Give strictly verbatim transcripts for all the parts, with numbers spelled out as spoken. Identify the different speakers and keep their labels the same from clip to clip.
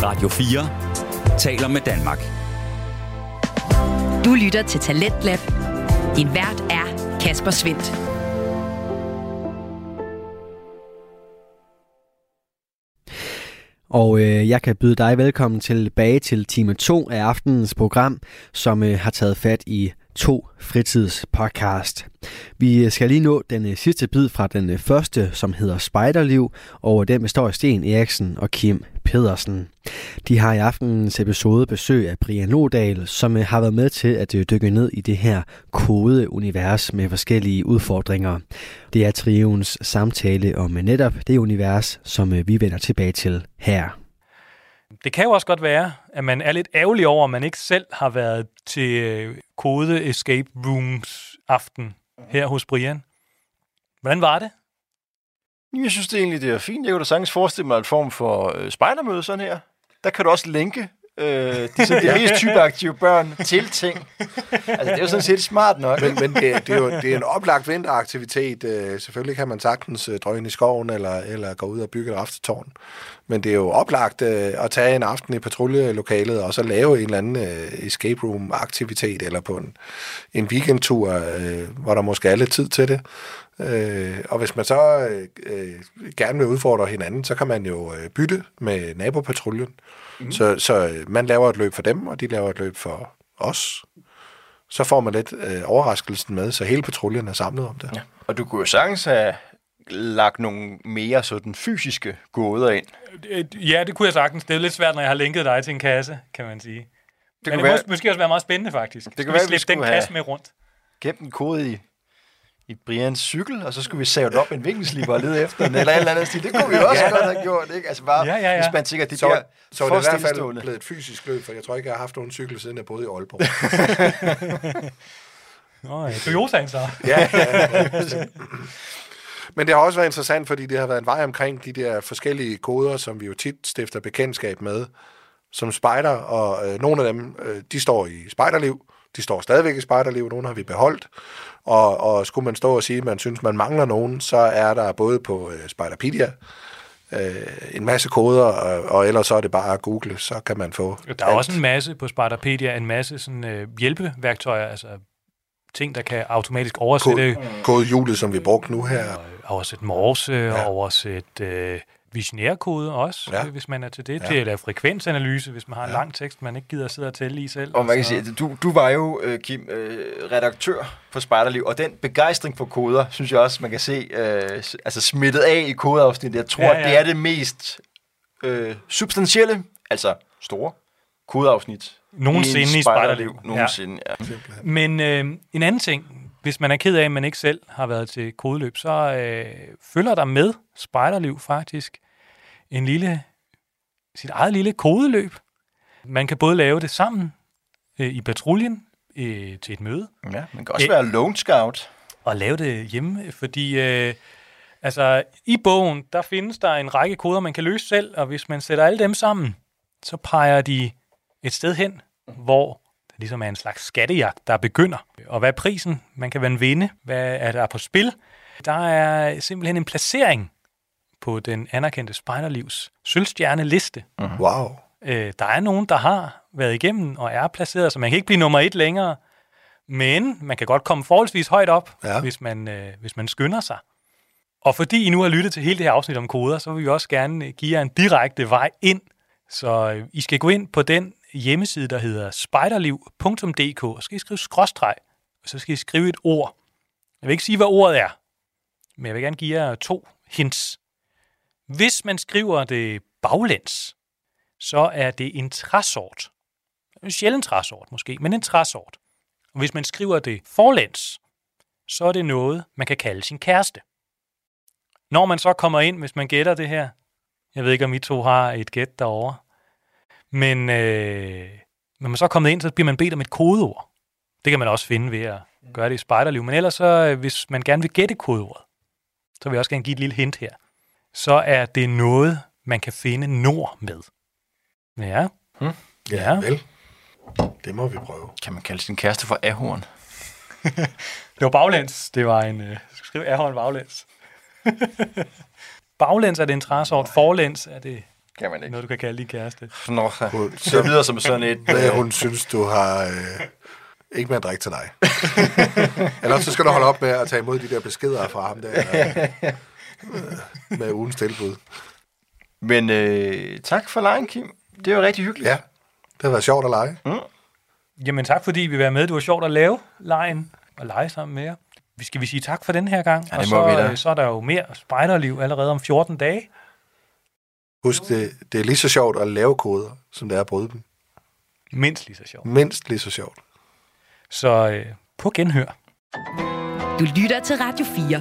Speaker 1: Radio fire taler med Danmark.
Speaker 2: Du lytter til Talentlab. Din vært er Kasper Svindt.
Speaker 3: Og øh, jeg kan byde dig velkommen tilbage til time to af aftenens program, som øh, har taget fat i to fritidspodcast. Vi skal lige nå den øh, sidste bid fra den øh, første, som hedder Spejderliv, og den består af Sten Eriksen og Kim Pedersen. De har i aftenens episode besøg af Brian Lodal, som øh, har været med til at øh, dykke ned i det her kodede univers med forskellige udfordringer. Det er trioens samtale om netop det univers, som øh, vi vender tilbage til her.
Speaker 4: Det kan jo også godt være, at man er lidt ærgerlig over, at man ikke selv har været til Kode Escape Rooms aften her hos Brian. Hvordan var det?
Speaker 5: Jeg synes det egentlig, det er fint. Jeg kunne da sagtens forestille mig en form for øh, spejdermøde sådan her. Der kan du også linke øh, de, sådan, de mest typeaktive børn til ting. Altså, det er jo sådan set smart nok.
Speaker 6: Men, men det, det, er jo, det er en oplagt vinteraktivitet. Øh, selvfølgelig kan man sagtens øh, drøne i skoven eller, eller gå ud og bygge et raftetårn. Men det er jo oplagt øh, at tage en aften i patruljelokalet og så lave en eller anden øh, escape room-aktivitet eller på en, en weekendtur, øh, hvor der måske er lidt tid til det. Øh, og hvis man så øh, gerne vil udfordre hinanden, så kan man jo øh, bytte med nabopatruljen. Mm. Så, så man laver et løb for dem, og de laver et løb for os. Så får man lidt øh, overraskelsen med, så hele patruljen er samlet om det.
Speaker 5: Ja. Og du kunne jo sagtens have lagt nogle mere sådan fysiske gåder ind.
Speaker 4: Ja, det kunne jeg sagtens. Det er lidt svært, når jeg har linket dig til en kasse, kan man sige. Det Men det være, måske også være meget spændende, faktisk. Det kan vi slippe den kasse med rundt.
Speaker 5: Gemt en kode i, i Brians cykel, og så skulle vi save det op en vinkelslipper og lede efter den, eller et eller andet stil. Det kunne vi også ja. godt have gjort, ikke? Altså bare, ja, ja, ja. Hvis man tænker, det
Speaker 6: så,
Speaker 5: der
Speaker 6: så er det i hvert fald blevet et fysisk løb, for jeg tror ikke, jeg har haft nogen cykel, siden jeg boede i Aalborg.
Speaker 4: Nå, ja. Toyotaen så.
Speaker 6: ja, ja, ja. Men det har også været interessant, fordi det har været en vej omkring de der forskellige koder, som vi jo tit stifter bekendtskab med som spejder, og øh, nogle af dem, øh, de står i spejderliv, de står stadigvæk i spejderliv, nogle har vi beholdt, og, og skulle man stå og sige, at man synes, man mangler nogen, så er der både på øh, Spejderpedia øh, en masse koder, og, og ellers så er det bare at google, så kan man få
Speaker 4: Der er alt. Også en masse på Spejderpedia, en masse sådan, øh, hjælpeværktøjer, altså ting, der kan automatisk oversætte...
Speaker 6: Kodehjulet, som vi brugte nu her.
Speaker 4: Oversætte morse, ja. oversætte øh, visionærkode også, ja. hvis man er til det. Ja. Til at lave frekvensanalyse, hvis man har en ja. lang tekst, man ikke gider at sidde og tælle i selv.
Speaker 5: Og man kan sige, du, du var jo, Kim, øh, redaktør på Spejderliv, og den begejstring for koder, synes jeg også, man kan se øh, altså smittet af i kodeafsnittet. Jeg tror, ja, ja. det er det mest øh, substantielle, altså store kodeafsnit.
Speaker 4: Nogensinde i Spejderliv.
Speaker 5: Nogensinde, ja. ja.
Speaker 4: Men øh, en anden ting, hvis man er ked af, at man ikke selv har været til kodeløb, så øh, følger der med Spejderliv faktisk en lille, sit eget lille kodeløb. Man kan både lave det sammen øh, i patruljen øh, til et møde.
Speaker 5: Ja, man kan også Æ, være lone scout.
Speaker 4: Og lave det hjemme, fordi øh, altså, i bogen, der findes der en række koder, man kan løse selv, og hvis man sætter alle dem sammen, så peger de et sted hen, hvor det ligesom er en slags skattejagt, der begynder. Og hvad er prisen? Man kan vinde vinde. Hvad er der på spil? Der er simpelthen en placering på den anerkendte Spejderlivs sølvstjerne-liste.
Speaker 6: Uh-huh. Wow.
Speaker 4: Øh, der er nogen, der har været igennem og er placeret, så man kan ikke blive nummer et længere. Men man kan godt komme forholdsvis højt op, ja. hvis, man, øh, hvis man skynder sig. Og fordi I nu har lyttet til hele det her afsnit om koder, så vil vi også gerne give jer en direkte vej ind. Så øh, I skal gå ind på den hjemmeside, der hedder spejderliv punktum d k, og så skal I skrive skråstreg, og så skal I skrive et ord. Jeg vil ikke sige, hvad ordet er, men jeg vil gerne give jer to hints. Hvis man skriver det baglæns, så er det en træsort. En sjælden træsort måske, men en træsort. Og hvis man skriver det forlæns, så er det noget, man kan kalde sin kæreste. Når man så kommer ind, hvis man gætter det her, jeg ved ikke, om I to har et gæt derovre, men øh, når man så er kommet ind, så bliver man bedt om et kodeord. Det kan man også finde ved at gøre det i Spejderliv. Men ellers, så, hvis man gerne vil gætte kodeordet, så vil jeg også gerne give et lille hint her. Så er det noget, man kan finde nord med. Ja.
Speaker 6: Hmm. Ja, ja, vel. Det må vi prøve.
Speaker 5: Kan man kalde sin kæreste for ahorn?
Speaker 4: Det var baglæns. Det var en... Øh, skal skrive ahorn baglæns. Baglæns er det en træsort. Forlæns er det
Speaker 5: Kan man ikke.
Speaker 4: Noget, du kan kalde din kæreste.
Speaker 5: Nå, hun, så det lyder som sådan et...
Speaker 6: Hvad hun synes, du har... Øh, ikke med at drikke til dig. Ellers så skal du holde op med at tage imod de der beskeder fra ham der. Øh, med ugens tilbud.
Speaker 5: Men øh, tak for lejen, Kim. Det var rigtig hyggeligt.
Speaker 6: Ja, det har været sjovt at lege.
Speaker 5: Mm.
Speaker 4: Jamen tak, fordi vi var med. Det var sjovt at lave lejen og lege sammen med jer. Vi skal vi sige tak for den her gang.
Speaker 5: Ja, det
Speaker 4: og
Speaker 5: må
Speaker 4: så,
Speaker 5: vi da.
Speaker 4: så er der jo mere spejderliv allerede om fjorten dage.
Speaker 6: Husk, det, det er lige så sjovt at lave koder, som det er at bryde dem.
Speaker 4: Mindst lige så sjovt.
Speaker 6: Mindst lige så sjovt.
Speaker 4: Så øh, på genhør.
Speaker 2: Du lytter til Radio fire.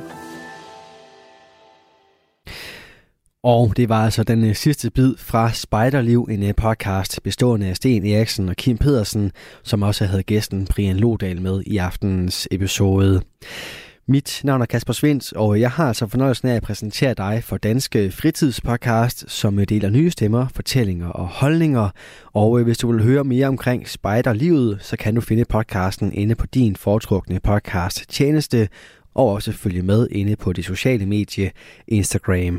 Speaker 3: Og det var altså den sidste bid fra Spejderliv, en podcast bestående af Sten Eriksen og Kim Pedersen, som også havde gæsten Brian Lodal med i aftenens episode. Mit navn er Kasper Svindt, og jeg har altså fornøjelsen af at præsentere dig for Danske Fritidspodcast, som deler nye stemmer, fortællinger og holdninger. Og hvis du vil høre mere omkring spejderlivet, så kan du finde podcasten inde på din foretrukne podcast tjeneste, og også følge med inde på det sociale medie Instagram.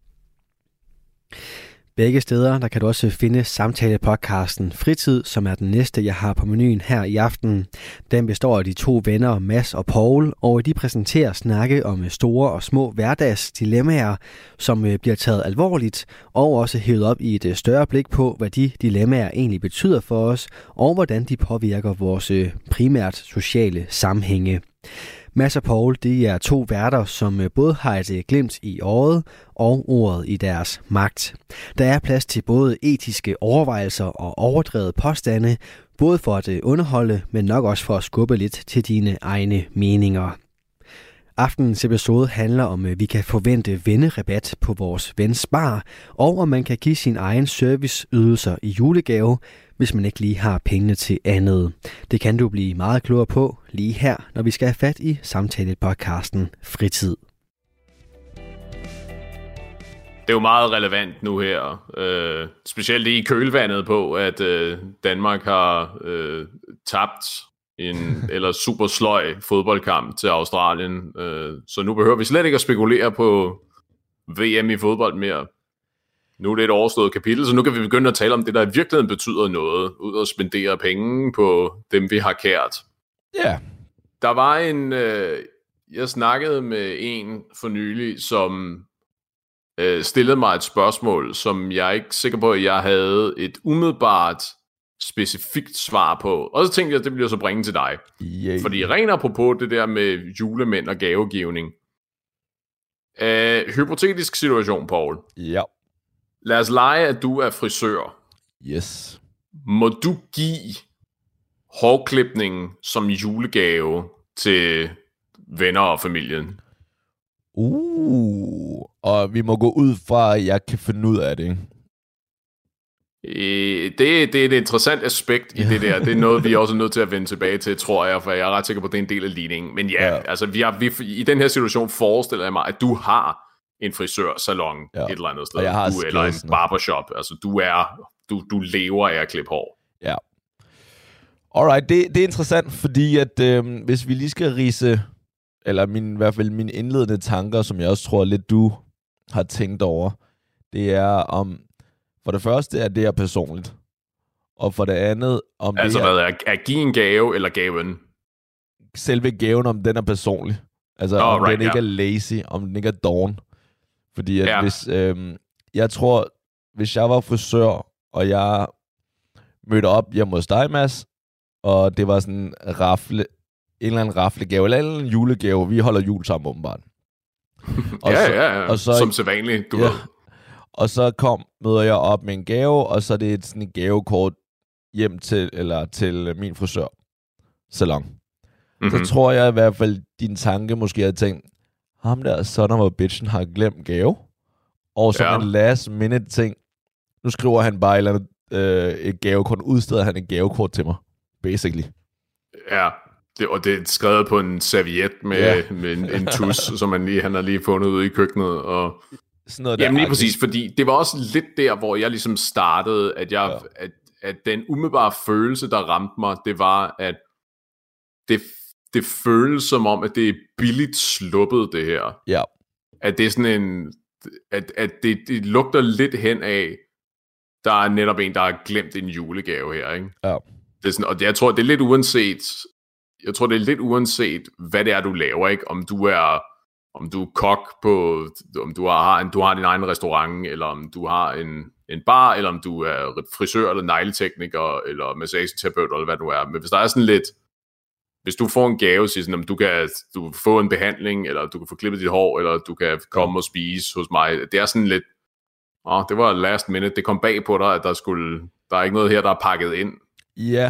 Speaker 3: Begge steder, der kan du også finde samtalepodcasten Fritid, som er den næste, jeg har på menuen her i aften. Den består af de to venner, Mads og Paul, og de præsenterer snakke om store og små hverdagsdilemmaer, som bliver taget alvorligt, og også hævet op i et større blik på, hvad de dilemmaer egentlig betyder for os, og hvordan de påvirker vores primært sociale sammenhænge. Mads og Paul, de er to værter, som både har et glimt i øjet og ordet i deres magt. Der er plads til både etiske overvejelser og overdrevet påstande, både for at underholde, men nok også for at skubbe lidt til dine egne meninger. Aftenens episode handler om, at vi kan forvente vennerabat på vores vens bar, og om man kan give sin egen serviceydelser i julegave, hvis man ikke lige har pengene til andet. Det kan du blive meget klogere på lige her, når vi skal have fat i samtalepodcasten Fritid.
Speaker 7: Det er jo meget relevant nu her, øh, specielt i kølvandet på, at øh, Danmark har øh, tabt en eller super sløj fodboldkamp til Australien. Øh, så nu behøver vi slet ikke at spekulere på V M i fodbold mere. Nu er det et overstået kapitel, så nu kan vi begynde at tale om det, der i virkeligheden betyder noget, ud at spendere penge på dem, vi har kært.
Speaker 8: Ja. Yeah.
Speaker 7: Der var en... Øh, jeg snakkede med en for nylig, som øh, stillede mig et spørgsmål, som jeg er ikke sikker på, at jeg havde et umiddelbart specifikt svar på. Og så tænkte jeg, at det ville jeg så bringe til dig.
Speaker 8: Yeah.
Speaker 7: Fordi rent apropos det der med julemænd og gavegivning. Øh, hypotetisk situation, Paul.
Speaker 8: Ja.
Speaker 7: Lad os lege, at du er frisør.
Speaker 8: Yes.
Speaker 7: Må du give hårklipningen som julegave til venner og familien?
Speaker 8: Uh, og vi må gå ud fra, at jeg kan finde ud af det, ikke?
Speaker 7: Det, det er et interessant aspekt i det der. Det er noget, vi er også nødt til at vende tilbage til, tror jeg, for jeg er ret sikker på, at det er en del af ligningen. Men ja, ja. altså vi har, vi, i den her situation forestiller jeg mig, at du har en frisørsalon ja. et eller andet sted. Du, eller en barbershop. Altså du er, du, du lever af at klippe hår.
Speaker 8: Ja. Alright, det, det er interessant, fordi at øh, hvis vi lige skal rise, eller min, i hvert fald mine indledende tanker, som jeg også tror lidt du har tænkt over, det er om, for det første er det her personligt, og for det andet om
Speaker 7: altså,
Speaker 8: det her...
Speaker 7: Altså hvad, at give en gave eller gaven?
Speaker 8: Selve gaven, om den er personlig. Altså
Speaker 7: oh,
Speaker 8: om
Speaker 7: right,
Speaker 8: den ikke
Speaker 7: yeah.
Speaker 8: er lazy, om den ikke er doven. Fordi at
Speaker 7: yeah.
Speaker 8: hvis, øh, jeg tror, hvis jeg var frisør, og jeg mødte op hjemme hos dig, Mads, og det var sådan en rafle, en eller anden raflegave, eller en eller anden julegave, vi holder jul sammen åbenbart.
Speaker 7: Og ja, så, ja, ja, og så, som sædvanligt, du ja. ved.
Speaker 8: Og så kom, møder jeg op med en gave, og så er det et sådan et gavekort hjem til, eller til min frisør salon. Mm-hmm. Så tror jeg i hvert fald, din tanke måske havde tænkt, ham der son of a bitchen har glemt gave. Og så ja. en last minute ting, nu skriver han bare et eller andet øh, et gavekort, udsteder han et gavekort til mig, basically.
Speaker 7: Ja, det, og det er skrevet på en serviet med, ja. med en, en tus, som man lige, han har lige fundet ude i køkkenet. Og sådan noget der. Jamen lige præcis, fordi det var også lidt der, hvor jeg ligesom startede, at, jeg, ja. at, at den umiddelbare følelse, der ramte mig, det var, at det, det føles som om, at det er billigt sluppet, det her.
Speaker 8: Ja.
Speaker 7: At det er sådan en, at, at det, det lugter lidt hen af, der er netop en, der har glemt en julegave her, ikke?
Speaker 8: Ja.
Speaker 7: Det er sådan, og jeg tror, det er lidt uanset, jeg tror, det er lidt uanset, hvad det er, du laver, ikke? Om du er, om du er kok på, om du har, en, du har din egen restaurant, eller om du har en, en bar, eller om du er frisør, eller negletekniker, eller massageterapeut, eller hvad du er. Men hvis der er sådan lidt, hvis du får en gave, siger sådan, om du kan, du kan få en behandling, eller du kan få klippet dit hår, eller du kan komme og spise hos mig, det er sådan lidt, åh, det var last minute, det kom bag på dig, at der skulle, der er ikke noget her, der er pakket ind.
Speaker 8: Ja.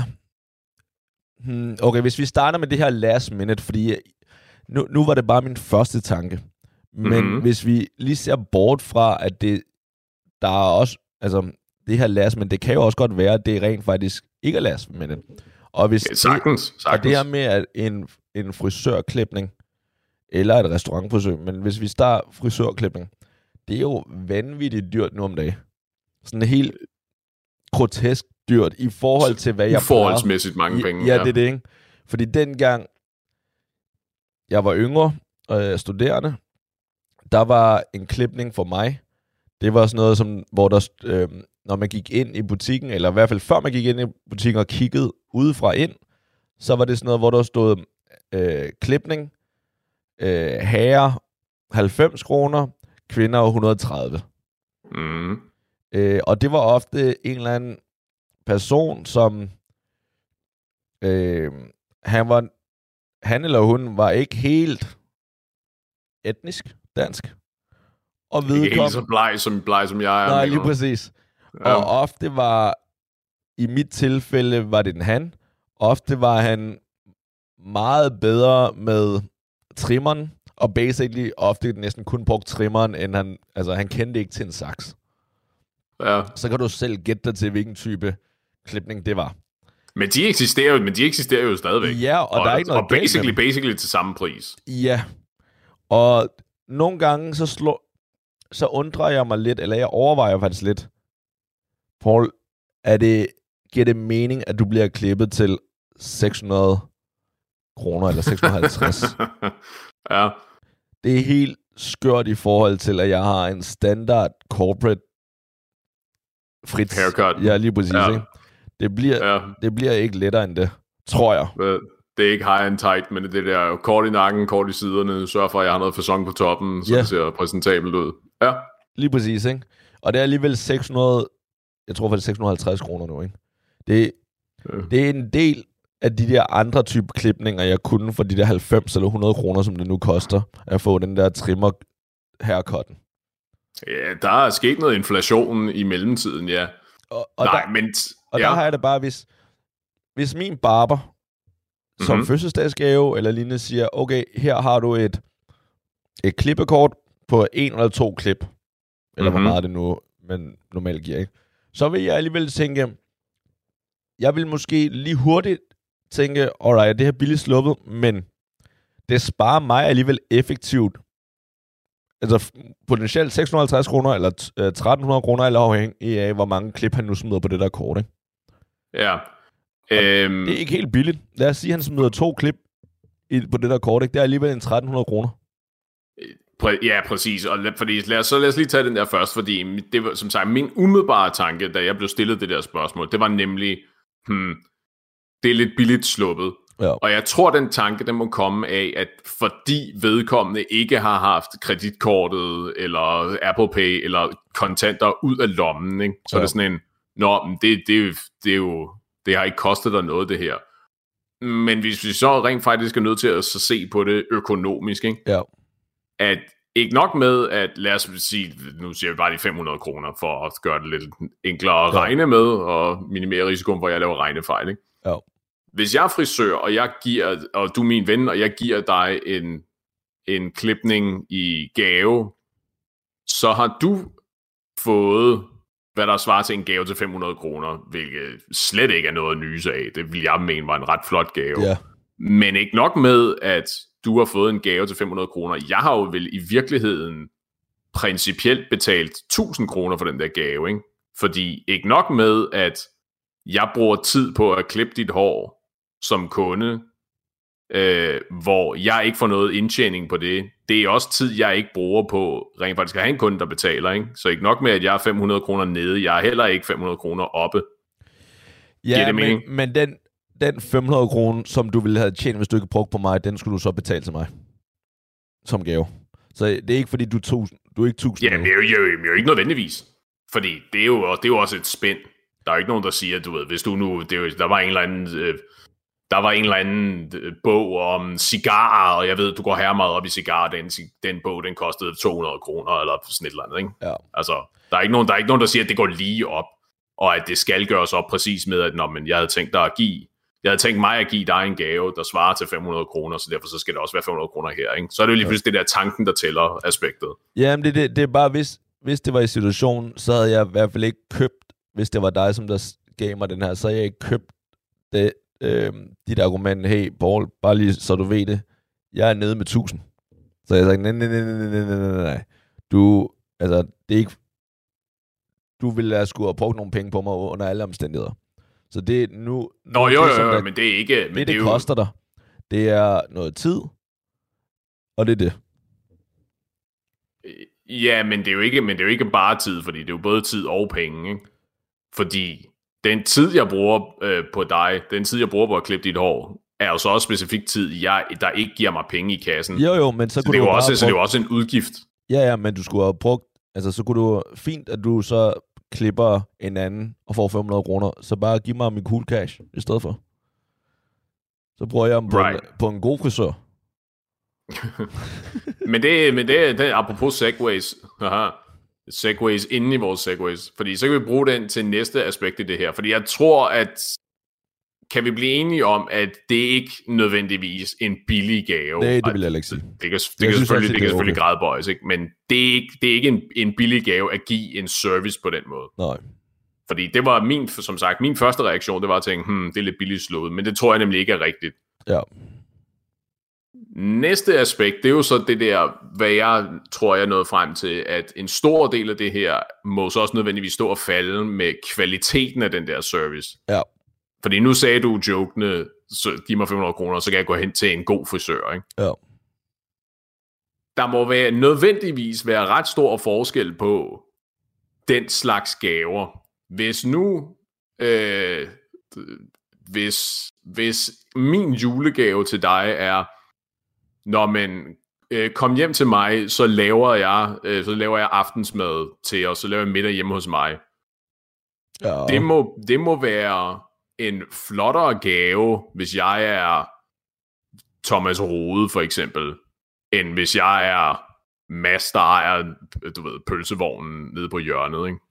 Speaker 8: Hmm, okay, hvis vi starter med det her last minute, fordi nu, nu var det bare min første tanke. Men mm-hmm. hvis vi lige ser bort fra, at det, der er også, altså det her last minute, det kan jo også godt være, at det rent faktisk ikke er last minute. Og hvis
Speaker 7: ja, sagtens, sagtens.
Speaker 8: Og det her med at en, en frisørklipning, eller et restaurantforsøg, men hvis vi starter frisørklipning, det er jo vanvittigt dyrt nu om dagen. Sådan helt grotesk dyrt i forhold til, hvad jeg
Speaker 7: uforholdsmæssigt mange penge.
Speaker 8: Ja, ja, det er det, ikke? Fordi dengang jeg var yngre øh, studerende, der var en klipning for mig. Det var sådan noget, som, hvor der, øh, når man gik ind i butikken, eller i hvert fald før man gik ind i butikken og kiggede udefra ind, så var det sådan noget, hvor der stod øh, klipning, øh, herrer halvfems kroner, kvinder et hundrede og tredive.
Speaker 7: Mm.
Speaker 8: Øh, og det var ofte en eller anden person, som øh, han var, han eller hun var ikke helt etnisk dansk. Og
Speaker 7: ikke helt så bleg som, bleg, som jeg er.
Speaker 8: Nej, lige præcis. Ja. Og ofte var, i mit tilfælde, var det en han. Ofte var han meget bedre med trimmeren, og basically ofte næsten kun brugt trimmeren, end han, altså han kendte ikke til en saks.
Speaker 7: Ja.
Speaker 8: Så kan du selv gætte dig til, hvilken type klipning det var.
Speaker 7: Men de eksisterer jo, men de eksisterer jo stadigvæk.
Speaker 8: Ja, og, og der er ikke noget
Speaker 7: og basically, basically til samme pris.
Speaker 8: Ja. Og nogle gange så slår så undrer jeg mig lidt, eller jeg overvejer faktisk lidt, Paul, er det, giver det mening, at du bliver klippet til seks hundrede kroner, eller seks hundrede og halvtreds?
Speaker 7: Ja.
Speaker 8: Det er helt skørt i forhold til, at jeg har en standard corporate frit.
Speaker 7: Haircut.
Speaker 8: Ja, lige præcis,
Speaker 7: ja.
Speaker 8: Ikke? Det bliver, ja. det bliver ikke lettere end det, tror jeg.
Speaker 7: Det er ikke high and tight, men det der kort i nakken, kort i siderne, sørg for, at jeg har noget facon på toppen, så ja. Det ser præsentabelt ud. Ja.
Speaker 8: Lige præcis, ikke? Og det er alligevel seks hundrede, jeg tror faktisk seks hundrede og halvtreds kroner nu, ikke? Det, ja. det er en del af de der andre type klipninger, jeg kunne for de der halvfems eller hundrede kroner, som det nu koster, at få den der trimmer haircutten.
Speaker 7: Ja, der er sket noget inflation i mellemtiden, ja.
Speaker 8: Og, og
Speaker 7: Nej,
Speaker 8: der,
Speaker 7: men...
Speaker 8: Og
Speaker 7: ja.
Speaker 8: der har jeg det bare, hvis, hvis min barber som mm-hmm. fødselsdagsgave eller lignende siger, okay, her har du et, et klippekort på en eller to klip, eller mm-hmm. hvor meget det nu man normalt giver, ikke? Så vil jeg alligevel tænke, jeg vil måske lige hurtigt tænke, alright, det her billigt sluppet, men det sparer mig alligevel effektivt, altså potentielt seks hundrede og halvtreds kroner, eller tretten hundrede kroner, eller afhængig af, hvor mange klip han nu smider på det der kort, ikke?
Speaker 7: Ja. Øhm,
Speaker 8: det er ikke helt billigt. Lad os sige, at han smider to klip i, på det der kort, ikke? Det er alligevel en tretten hundrede kroner.
Speaker 7: Præ- ja, præcis. Og lad, fordi, lad, os, så lad os lige tage den der først, fordi det var, som sagt, min umiddelbare tanke, da jeg blev stillet det der spørgsmål, det var nemlig, hmm, det er lidt billigt sluppet.
Speaker 8: Ja.
Speaker 7: Og jeg tror, den tanke, den må komme af, at fordi vedkommende ikke har haft kreditkortet, eller Apple Pay, eller kontanter ud af lommen, ikke? Så ja. Er det sådan en, nå, det, det, det er jo... Det har ikke kostet dig noget, det her. Men hvis vi så rent faktisk er nødt til at så se på det økonomisk, ikke?
Speaker 8: Ja.
Speaker 7: At ikke nok med, at lad os sige, nu siger vi bare de fem hundrede kroner, for at gøre det lidt enklere at ja. Regne med, og minimere risikoen, hvor jeg laver regnefejl, ikke?
Speaker 8: Ja.
Speaker 7: Hvis jeg er frisør, og jeg giver, og du er min ven, og jeg giver dig en, en klipning i gave, så har du fået... hvad der svarer til en gave til fem hundrede kroner, hvilket slet ikke er noget at nyse af. Det vil jeg mene var en ret flot gave.
Speaker 8: Ja.
Speaker 7: Men ikke nok med, at du har fået en gave til fem hundrede kroner. Jeg har jo vel i virkeligheden principielt betalt tusind kroner for den der gave, ikke? Fordi ikke nok med, at jeg bruger tid på at klippe dit hår som kunde, øh, hvor jeg ikke får noget indtjening på det. Det er også tid, jeg ikke bruger på rent faktisk at have en kunde, der betaler. Ikke? Så ikke nok med, at jeg er fem hundrede kroner nede, jeg er heller ikke fem hundrede kroner oppe.
Speaker 8: Ja, det men, men den, den fem hundrede kroner, som du ville have tjent, hvis du ikke brugte på mig, den skulle du så betale til mig som gave. Så det er ikke, fordi du er tusind. Du er ikke tusind.
Speaker 7: Ja, men det er jo, jo, jo, jo ikke nødvendigvis. Fordi det er, jo, det er jo også et spænd. Der er jo ikke nogen, der siger, du ved, hvis du nu, det er jo, der var en eller anden, øh, der var en eller anden øh, bog om cigarer, og jeg ved, du går her meget op i cigarer, den, den bog, den kostede to hundrede kroner, eller sådan et eller andet, ikke?
Speaker 8: Ja.
Speaker 7: Altså, der er ikke nogen, der er ikke nogen, der siger, at det går lige op, og at det skal gøres op præcis med, at når, men jeg havde tænkt dig at give, jeg havde tænkt mig at give dig en gave, der svarer til fem hundrede kroner, så derfor så skal det også være fem hundrede kroner her, ikke? Så er det jo lige pludselig det der tanken, der tæller aspektet.
Speaker 8: Jamen, det, det, det er bare, hvis, hvis det var i situationen, så havde jeg i hvert fald ikke købt, hvis det var dig, som der gav mig den her, så havde jeg ikke købt det, øh, dit argument, hey, Paul, bare lige så du ved det, jeg er nede med tusind. Så jeg sagde, nej, nej, nej, nej, nej, nej, nej. Du, altså, det er ikke, du ville have skulle have brugt nogle penge på mig under alle omstændigheder. Så det er nu...
Speaker 7: Nå,
Speaker 8: nu,
Speaker 7: jo,
Speaker 8: det,
Speaker 7: jo, jo, der,
Speaker 8: men
Speaker 7: det er ikke...
Speaker 8: Det,
Speaker 7: men
Speaker 8: det,
Speaker 7: det,
Speaker 8: det
Speaker 7: jo...
Speaker 8: koster dig. Det er noget tid, og det er det.
Speaker 7: Ja, men det er jo ikke, men det er jo ikke bare tid, fordi det er jo både tid og penge, ikke? Fordi den tid, jeg bruger øh, på dig, den tid, jeg bruger på at klippe dit hår, er jo så også specifikt tid, jeg, der ikke giver mig penge i kassen.
Speaker 8: Jo, jo, men så, så kunne
Speaker 7: det er
Speaker 8: du
Speaker 7: jo også,
Speaker 8: brugt...
Speaker 7: Så det er jo også en udgift.
Speaker 8: Ja, ja, men du skulle have brugt... Altså, så kunne du... Fint, at du så klipper en anden og får fem hundrede kroner, så bare giv mig min cool cash i stedet for. Så bruger jeg dem på, right. en, på en god frisør.
Speaker 7: men det, men det, det apropos segways, haha, segways inden i vores segways, fordi så kan vi bruge den til næste aspekt i det her, fordi jeg tror, at kan vi blive enige om, at det er ikke nødvendigvis en billig gave.
Speaker 8: Nej, det vil jeg ikke sige.
Speaker 7: Det, det kan, det kan selvfølgelig, det kan selvfølgelig okay. gradbøjes, ikke? Men det er ikke, det er ikke en, en billig gave at give en service på den måde.
Speaker 8: Nej.
Speaker 7: Fordi det var min, som sagt, min første reaktion, det var at tænke, hmm, det er lidt billigt slået, men det tror jeg nemlig ikke er rigtigt.
Speaker 8: Ja.
Speaker 7: Næste aspekt, det er jo så det der, hvad jeg tror, jeg nåede frem til, at en stor del af det her må så også nødvendigvis stå og falde med kvaliteten af den der service.
Speaker 8: Ja.
Speaker 7: Fordi nu sagde du jokende, så giv mig fem hundrede kroner, så kan jeg gå hen til en god frisør, ikke?
Speaker 8: Ja.
Speaker 7: Der må være nødvendigvis være ret stor forskel på den slags gaver. Hvis nu, øh, hvis, hvis min julegave til dig er, når man øh, kom hjem til mig, så laver jeg, øh, så laver jeg aftensmad til os, så laver jeg middag hjemme hos mig. Ja. Det må, det må være en flottere gave, hvis jeg er Thomas Rode for eksempel, end hvis jeg er Mads, der ejer, du ved, pølsevognen nede på hjørnet, ikke?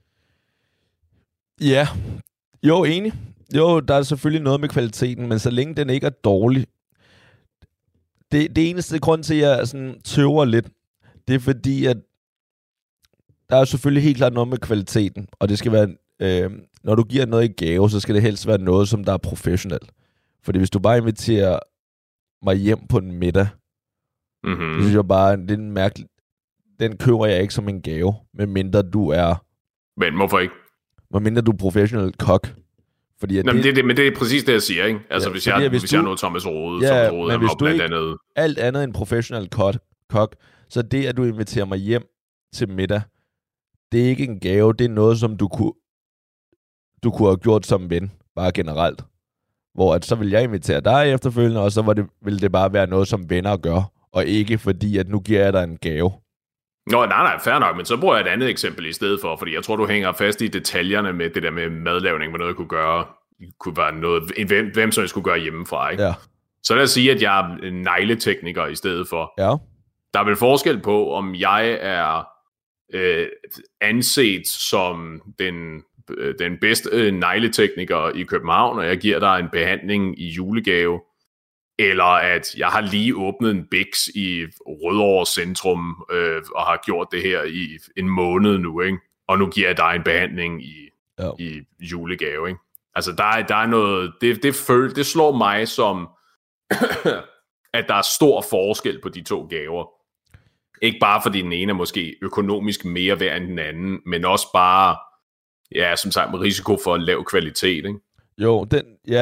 Speaker 8: Ja, jo, enig. Jo, der er selvfølgelig noget med kvaliteten, men så længe den ikke er dårlig. Det, det eneste grund til, at jeg sådan tøver lidt, det er fordi, at der er selvfølgelig helt klart noget med kvaliteten, og det skal være, øh, når du giver noget i gave, så skal det helst være noget, som der er professionelt. Fordi hvis du bare inviterer mig hjem på en middag, mm-hmm. så synes jeg bare, det er en mærkelig, den køber jeg ikke som en gave, medmindre du er...
Speaker 7: Men hvorfor ikke?
Speaker 8: Medmindre du er professionel kok. Fordi
Speaker 7: Nå,
Speaker 8: det,
Speaker 7: det, det, men det er præcis det, jeg siger, ikke? Altså, ja, hvis, jeg, hvis, hvis
Speaker 8: du,
Speaker 7: jeg er noget Thomas Rode,
Speaker 8: ja,
Speaker 7: Thomas Rode,
Speaker 8: men hvis
Speaker 7: og
Speaker 8: du
Speaker 7: blandt
Speaker 8: ikke
Speaker 7: andet...
Speaker 8: alt andet end professionel kok, kok, så det, at du inviterer mig hjem til middag, det er ikke en gave, det er noget, som du kunne, du kunne have gjort som ven, bare generelt. Hvor at så vil jeg invitere dig efterfølgende, og så var det, ville det bare være noget, som venner gør, og ikke fordi, at nu giver jeg dig en gave.
Speaker 7: Nå, nej, nej, fair nok, men så bruger jeg et andet eksempel i stedet for, fordi jeg tror, du hænger fast i detaljerne med det der med madlavning, hvad noget jeg kunne gøre, kunne være noget, hvem, hvem som jeg skulle gøre hjemmefra, ikke?
Speaker 8: Ja.
Speaker 7: Så lad os sige, at jeg er en negletekniker i stedet for.
Speaker 8: Ja.
Speaker 7: Der er vel forskel på, om jeg er øh, anset som den, øh, den bedste øh, negletekniker i København, og jeg giver dig en behandling i julegave, eller at jeg har lige åbnet en Bix i Rødovre Centrum, øh, og har gjort det her i en måned nu, ikke? Og nu giver jeg dig en behandling i,
Speaker 8: ja.
Speaker 7: i julegave, ikke? Altså, der er, der er noget... Det, det, føl, det slår mig som, at der er stor forskel på de to gaver. Ikke bare fordi den ene er måske økonomisk mere værd end den anden, men også bare, ja, som sagt, med risiko for en lav kvalitet, ikke?
Speaker 8: Jo, den, ja,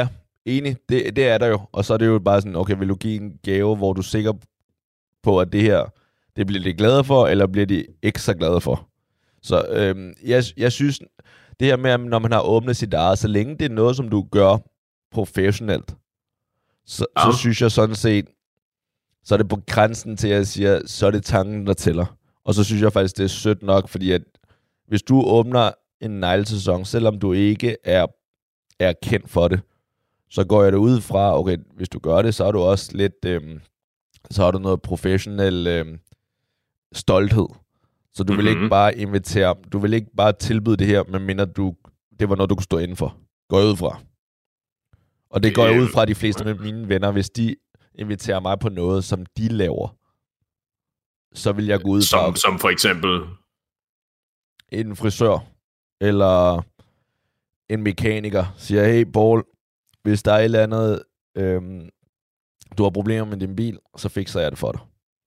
Speaker 8: enig, det, det er der jo. Og så er det jo bare sådan, okay, vil du give en gave, hvor du er sikker på, at det her, det bliver de glade for, eller bliver de ikke så glade for? Så øhm, jeg, jeg synes, det her med, når man har åbnet sit eget, så længe det er noget, som du gør professionelt, så, ja. så synes jeg sådan set, så er det på grænsen til, at jeg siger, så er det tanken, der tæller. Og så synes jeg faktisk, det er sødt nok, fordi at hvis du åbner en neglesæson, selvom du ikke er, er kendt for det, så går jeg det ud fra, okay, hvis du gør det, så er du også lidt, øhm, så har du noget professionel øhm, stolthed. Så du mm-hmm. vil ikke bare invitere, du vil ikke bare tilbyde det her, medmindre du, det var noget, du kunne stå indenfor. Går jeg ud fra. Og det går jeg ud fra de fleste af mine venner, hvis de inviterer mig på noget, som de laver, så vil jeg gå ud
Speaker 7: som,
Speaker 8: fra...
Speaker 7: Som for eksempel?
Speaker 8: En frisør, eller en mekaniker, siger, hey Paul, hvis der er et eller andet, øhm, du har problemer med din bil, så fikser jeg det for dig.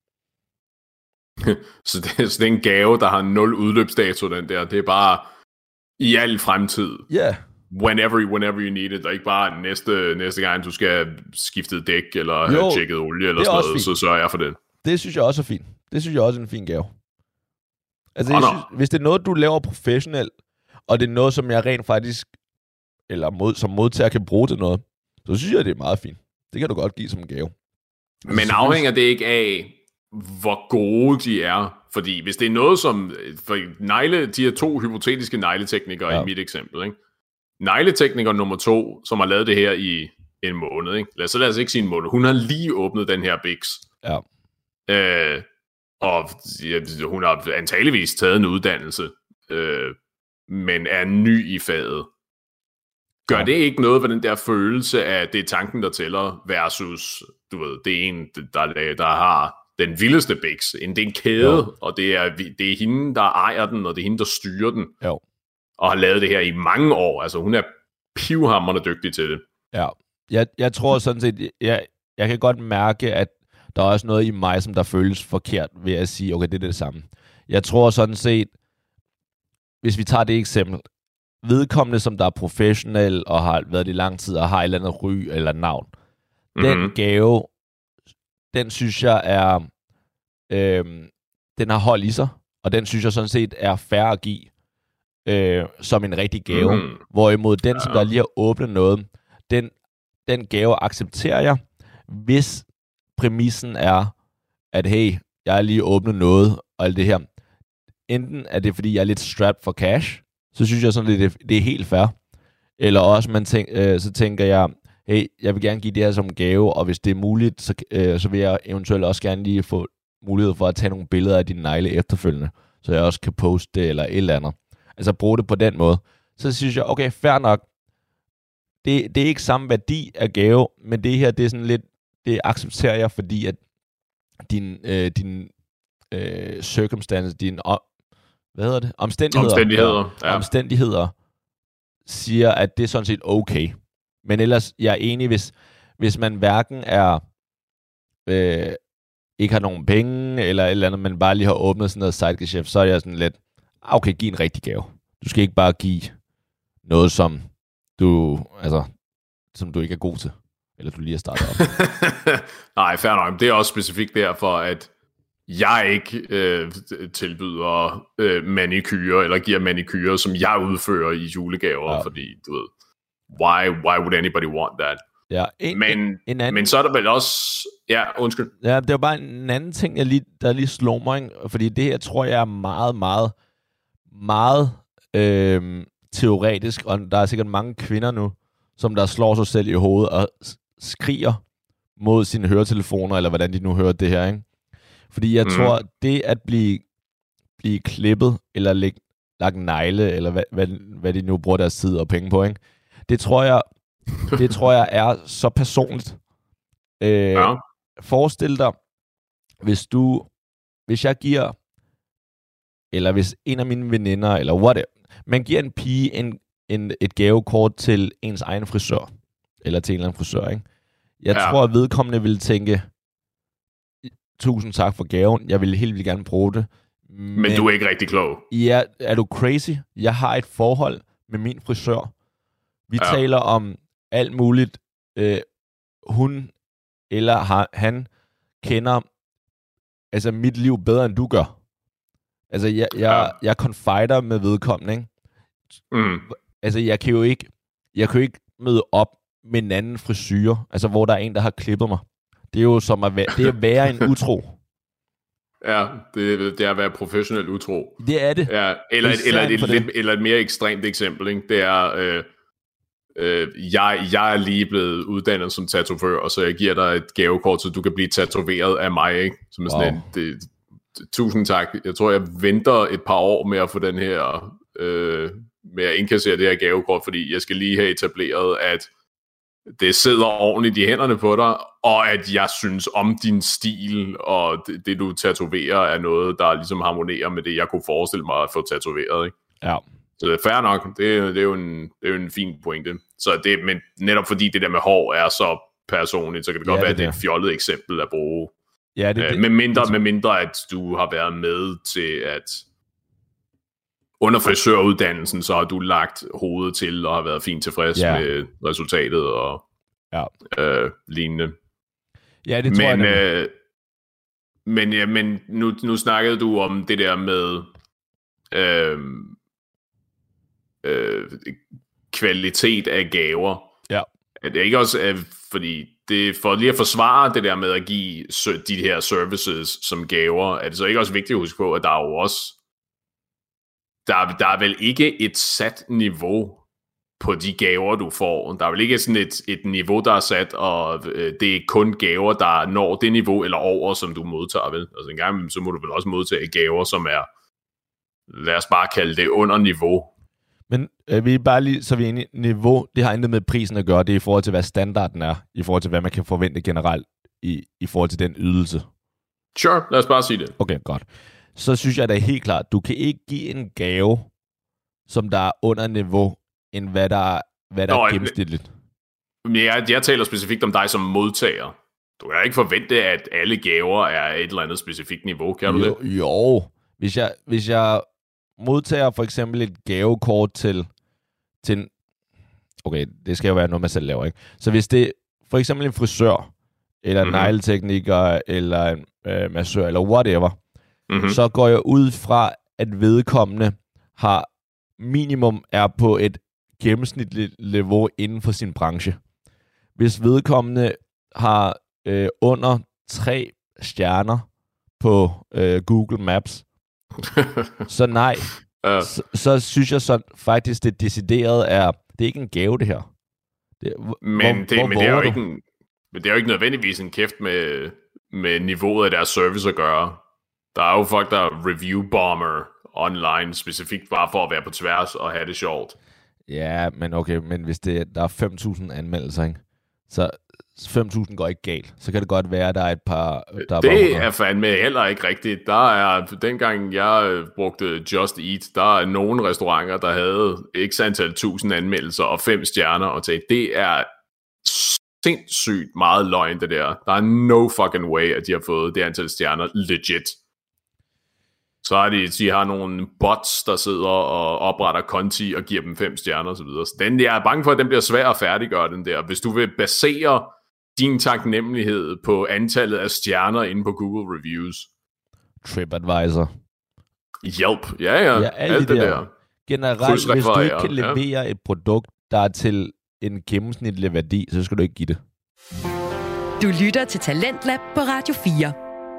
Speaker 7: så, det, så det er en gave, der har nul udløbsdato, den der. Det er bare i al fremtid.
Speaker 8: Ja. Yeah.
Speaker 7: Whenever, whenever you need it. Og ikke bare næste, næste gang, du skal skifte dæk, eller jo, have tjekket olie, eller sådan noget, så sørger jeg for det.
Speaker 8: Det synes jeg også er fint. Det synes jeg også er en fin gave. Altså, oh, jeg synes, hvis det er noget, du laver professionelt, og det er noget, som jeg rent faktisk, eller mod, som modtager kan bruge til noget, så synes jeg, det er meget fint. Det kan du godt give som en gave.
Speaker 7: Men altså, afhænger det ikke af, hvor gode de er? Fordi hvis det er noget som, for negle, de her to hypotetiske negleteknikere ja. i mit eksempel, ikke? Negletekniker nummer to, som har lavet det her i en måned, ikke? Lad os, så lad os ikke sige en måned. Hun har lige åbnet den her Bix.
Speaker 8: Ja.
Speaker 7: Øh, og hun har antageligvis taget en uddannelse, øh, men er ny i faget. Gør ja. det ikke noget ved den der følelse af, det er tanken, der tæller, versus, du ved, det er en, der, der har den vildeste Bix. Det er en kæde, jo. og det er, det er hende, der ejer den, og det er hende, der styrer den.
Speaker 8: Jo.
Speaker 7: Og har lavet det her i mange år. Altså, hun er pivhamrende dygtig til det.
Speaker 8: Ja, jeg, jeg tror sådan set, jeg, jeg kan godt mærke, at der er også noget i mig, som der føles forkert ved at sige, okay, det er det samme. Jeg tror sådan set, hvis vi tager det eksempel, vedkommende, som der er professionel og har været det i lang tid, og har et eller andet ry eller navn, mm-hmm. den gave, den synes jeg er, øh, den har hold i sig, og den synes jeg sådan set er fair at give. Øh, som en rigtig gave. Mm. Hvorimod den, som der lige har åbnet noget, den, den gave accepterer jeg, hvis præmissen er, at hey, jeg har lige åbnet noget, og alt det her. Enten er det, fordi jeg er lidt strapped for cash, så synes jeg sådan, det, det er helt fair. Eller også, man tænk, øh, så tænker jeg, hey, jeg vil gerne give det her som gave, og hvis det er muligt, så, øh, så vil jeg eventuelt også gerne lige få mulighed for at tage nogle billeder af dine negle efterfølgende, så jeg også kan poste det, eller et eller andet. Altså bruge det på den måde. Så synes jeg, okay, fair nok. Det, det er ikke samme værdi af gave, men det her, det er sådan lidt, det accepterer jeg, fordi at din, øh, din øh, circumstances, din, om, hvad hedder det? Omstændigheder.
Speaker 7: Omstændigheder,
Speaker 8: ja. Omstændigheder siger, at det er sådan set okay. Men ellers, jeg er enig, hvis, hvis man hverken er, øh, ikke har nogen penge, eller et eller andet, men bare lige har åbnet sådan noget sidegeschæft, så er jeg sådan lidt, okay, giv en rigtig gave. Du skal ikke bare give noget, som du, altså, som du ikke er god til, eller du lige har startet op.
Speaker 7: Nej, fair nok. Det er også specifikt derfor, at jeg ikke øh, tilbyder øh, manikyre, eller giver manikyre, som jeg udfører i julegaver, ja. fordi, du ved, why, why would anybody want that?
Speaker 8: Ja, en,
Speaker 7: men,
Speaker 8: en, en anden,
Speaker 7: men så er der vel også... Ja, undskyld.
Speaker 8: Ja, det var bare en anden ting, jeg lige, der lige slog mig, fordi det her tror jeg er meget, meget, meget øh, teoretisk, og der er sikkert mange kvinder nu, som der slår sig selv i hovedet og skriger mod sine høretelefoner, eller hvordan de nu hører det her, ikke? Fordi jeg mm. tror, det at blive, blive klippet, eller læg, lagt negle, eller hvad, hvad, hvad de nu bruger deres tid og penge på, ikke? Det tror jeg, det tror jeg er så personligt. Øh, ja. Forestil dig, hvis du, hvis jeg giver, eller hvis en af mine veninder, eller whatever, man giver en pige en, en, et gavekort til ens egen frisør, eller til en eller anden frisør, ikke? Jeg ja. tror, at vedkommende ville tænke, tusind tak for gaven, jeg ville helt vildt gerne bruge det. Men,
Speaker 7: men du er ikke rigtig klog.
Speaker 8: Ja, er du crazy? Jeg har et forhold med min frisør. Vi ja. taler om alt muligt øh, hun eller har, han kender altså mit liv bedre, end du gør. Altså, jeg, jeg, ja. jeg confider med vedkommende, ikke?
Speaker 7: Mm.
Speaker 8: Altså, jeg kan jo ikke, jeg kan jo ikke møde op med en anden frisyre, altså, hvor der er en, der har klippet mig. Det er jo som at være, det er at være en utro.
Speaker 7: Ja, det, det er at være professionel utro.
Speaker 8: Det er det.
Speaker 7: Ja, eller, et, eller, et, et, lidt, eller et mere ekstremt eksempel, ikke? Det er, øh, øh, jeg, jeg er lige blevet uddannet som tatovør, og så jeg giver dig et gavekort, så du kan blive tatoveret af mig, ikke? Som er sådan wow. en, det, tusind tak. Jeg tror, jeg venter et par år med at få den her, øh, med at indkassere det her gavekort, fordi jeg skal lige have etableret, at det sidder ordentligt i hænderne på dig, og at jeg synes om din stil, og det, det du tatoverer, er noget, der ligesom harmonerer med det, jeg kunne forestille mig at få tatoveret, ikke?
Speaker 8: Ja.
Speaker 7: Så det er fair nok. Det, det, er jo en, det er jo en fin pointe. Så det, men netop fordi det der med hår er så personligt, så kan det godt ja, være, det at det er et fjollet eksempel at bruge.
Speaker 8: Ja, det,
Speaker 7: øh,
Speaker 8: det,
Speaker 7: med, mindre,
Speaker 8: det,
Speaker 7: med mindre, at du har været med til at under frisøruddannelsen, så har du lagt hovedet til og har været fint tilfreds ja. med resultatet og ja. øh, lignende.
Speaker 8: Ja, det tror
Speaker 7: men,
Speaker 8: jeg.
Speaker 7: Øh, men ja, men nu, nu snakkede du om det der med øh, øh, kvalitet af gaver.
Speaker 8: Ja.
Speaker 7: Er det ikke også, øh, fordi det for lige at forsvare det der med at give de her services som gaver, er det så ikke også vigtigt at huske på, at der er jo også Der, der er vel ikke et sat niveau på de gaver, du får. Der er vel ikke sådan et, et niveau, der er sat, og øh, det er kun gaver, der når det niveau eller over, som du modtager, vel? Altså en gang, så må du vel også modtage gaver, som er, lad os bare kalde det, under niveau.
Speaker 8: Men øh, vi er bare lige, så vi er inde i niveau, det har intet med prisen at gøre, det er i forhold til, hvad standarden er, i forhold til, hvad man kan forvente generelt, i, i forhold til den ydelse.
Speaker 7: Sure, lad os bare sige det.
Speaker 8: Okay, godt. Så synes jeg da helt klart, du kan ikke give en gave, som der er under niveau, end hvad der, hvad der Nå, er gennemsnitligt.
Speaker 7: Jeg, jeg taler specifikt om dig som modtager. Du kan ikke forvente, at alle gaver er et eller andet specifikt niveau, kan du
Speaker 8: jo,
Speaker 7: det?
Speaker 8: Jo, hvis jeg, hvis jeg modtager for eksempel et gavekort til, til en, okay, det skal jo være noget, man selv laver, ikke? Så hvis det for eksempel en frisør, eller en mm-hmm. negletekniker, eller en øh, massør, eller whatever, mm-hmm. så går jeg ud fra, at vedkommende har minimum er på et gennemsnitligt niveau inden for sin branche. Hvis vedkommende har øh, under tre stjerner på øh, Google Maps, så nej. Uh. Så, så synes jeg så faktisk, det decideret er, det er ikke en gave, det her. Det,
Speaker 7: men,
Speaker 8: hvor,
Speaker 7: det,
Speaker 8: hvor
Speaker 7: men, det er jo ikke en, men det er jo ikke nødvendigvis en kæft med, med niveauet af deres service at gøre. Der er jo folk, der review-bomber online, specifikt bare for at være på tværs og have det sjovt.
Speaker 8: Ja, men okay, men hvis det, der er fem tusind anmeldelser, ikke? Så fem tusind går ikke galt. Så kan det godt være, at der er et par... Der
Speaker 7: det
Speaker 8: er,
Speaker 7: er fandme heller ikke rigtigt. Der er, dengang jeg brugte Just Eat, der er nogle restauranter, der havde x antal tusind anmeldelser og fem stjerner, og til det er sindssygt meget løgn, det der. Der er no fucking way, at de har fået det antal stjerner legit. Så har de, de har nogle bots, der sidder og opretter konti og giver dem fem stjerner og så videre. Så den, jeg er bange for, at den bliver svær at færdiggøre, den der. Hvis du vil basere din taknemmelighed på antallet af stjerner inde på Google Reviews.
Speaker 8: TripAdvisor.
Speaker 7: Hjælp. Ja, ja.
Speaker 8: ja alt, alt det der. der. Generelt, hvis du ikke kan levere ja. et produkt, der er til en gennemsnitlig værdi, så skal du ikke give det.
Speaker 2: Du lytter til Talentlab på Radio fire.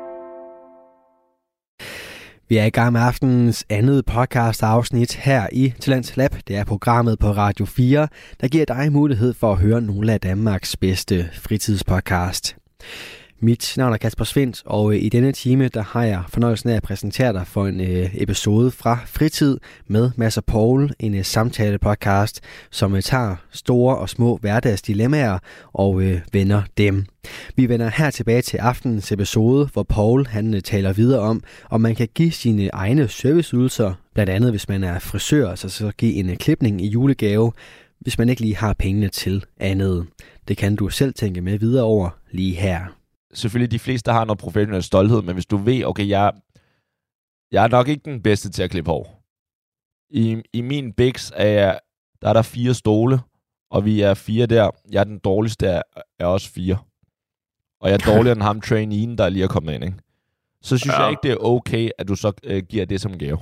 Speaker 3: Vi er i gang med aftenens andet podcast-afsnit her i Talent Lab. Det er programmet på Radio fire, der giver dig mulighed for at høre nogle af Danmarks bedste fritidspodcast. Mit navn er Kasper Svindt, og i denne time der har jeg fornøjelsen af at præsentere dig for en øh, episode fra Fritid med Mads og Paul, en øh, samtale-podcast, som øh, tager store og små hverdagsdilemmaer og øh, vender dem. Vi vender her tilbage til aftenens episode, hvor Paul han øh, taler videre om, om man kan give sine egne serviceydelser, blandt andet hvis man er frisør, så, så give en øh, klipning i julegave, hvis man ikke lige har pengene til andet. Det kan du selv tænke med videre over lige her.
Speaker 8: Selvfølgelig de fleste har noget professionel stolthed, men hvis du ved, okay, jeg, jeg er nok ikke den bedste til at klippe hår. I, i min biks er jeg, der er der fire stole, og vi er fire der. Jeg er den dårligste af, af os fire. Og jeg er dårligere end ham traineen, der lige er kommet ind, ikke? Så synes ja. jeg ikke, det er okay, at du så øh, giver det som gave.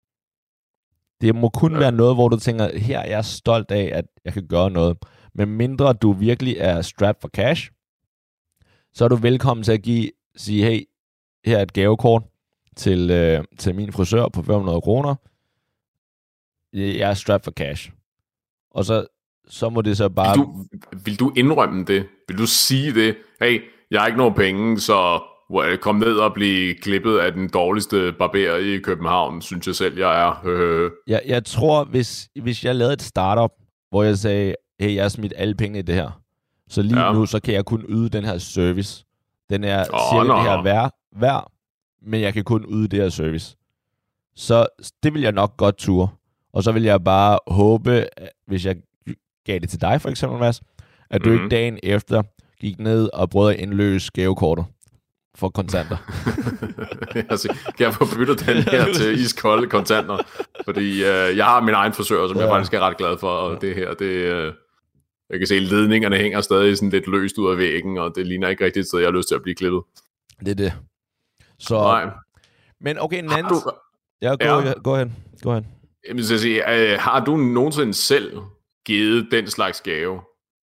Speaker 8: Det må kun ja. være noget, hvor du tænker, her er jeg stolt af, at jeg kan gøre noget. Men mindre du virkelig er strapped for cash, så er du velkommen til at give, sige, hey, her er et gavekort til, øh, til min frisør på fem hundrede kroner. Jeg er strapped for cash. Og så, så må det så bare...
Speaker 7: Vil du, vil du indrømme det? Vil du sige det? Hey, jeg har ikke nogen penge, så kom ned og blive klippet af den dårligste barber i København, synes jeg selv, jeg er. Øh.
Speaker 8: Jeg, jeg tror, hvis, hvis jeg lavede et startup, hvor jeg sagde, hey, jeg har smidt alle pengene i det her, så lige ja. nu, så kan jeg kun yde den her service. Den er oh, cirka no. det her værd, værd, men jeg kan kun yde det her service. Så det vil jeg nok godt ture. Og så vil jeg bare håbe, hvis jeg gav det til dig for eksempel, Mads, at du mm-hmm. ikke dagen efter gik ned og prøvede at indløse gavekortet for kontanter.
Speaker 7: altså, kan jeg få byttet den her til iskolde kontanter? Fordi øh, jeg har min egen frisør, som ja. jeg faktisk er ret glad for, og ja. det her, det øh, jeg kan se, ledningerne hænger stadig sådan lidt løst ud af væggen, og det ligner ikke rigtigt et sted, jeg har lyst til at blive klippet.
Speaker 8: Det er det. Så,
Speaker 7: Nej.
Speaker 8: Men okay, en anden... Du... Ja, gå, ja. gå hen. Gå hen.
Speaker 7: Jamen, så sige, øh, har du nogensinde selv givet den slags gave?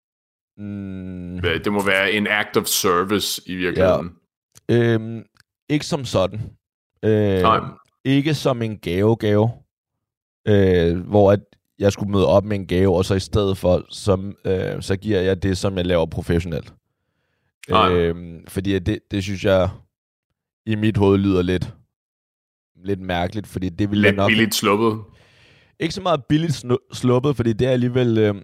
Speaker 8: Mm.
Speaker 7: Det må være en act of service i virkeligheden.
Speaker 8: Ja. Øhm, ikke som sådan. Øh, ikke som en gave-gave, øh, hvor at jeg skulle møde op med en gave, og så i stedet for, som, øh, så giver jeg det, som jeg laver professionelt. Øh, fordi det, det synes jeg i mit hoved lyder lidt, lidt mærkeligt, fordi det vil
Speaker 7: lidt
Speaker 8: nok...
Speaker 7: billigt sluppet.
Speaker 8: Ikke så meget billigt sluppet, fordi det er alligevel... Øh,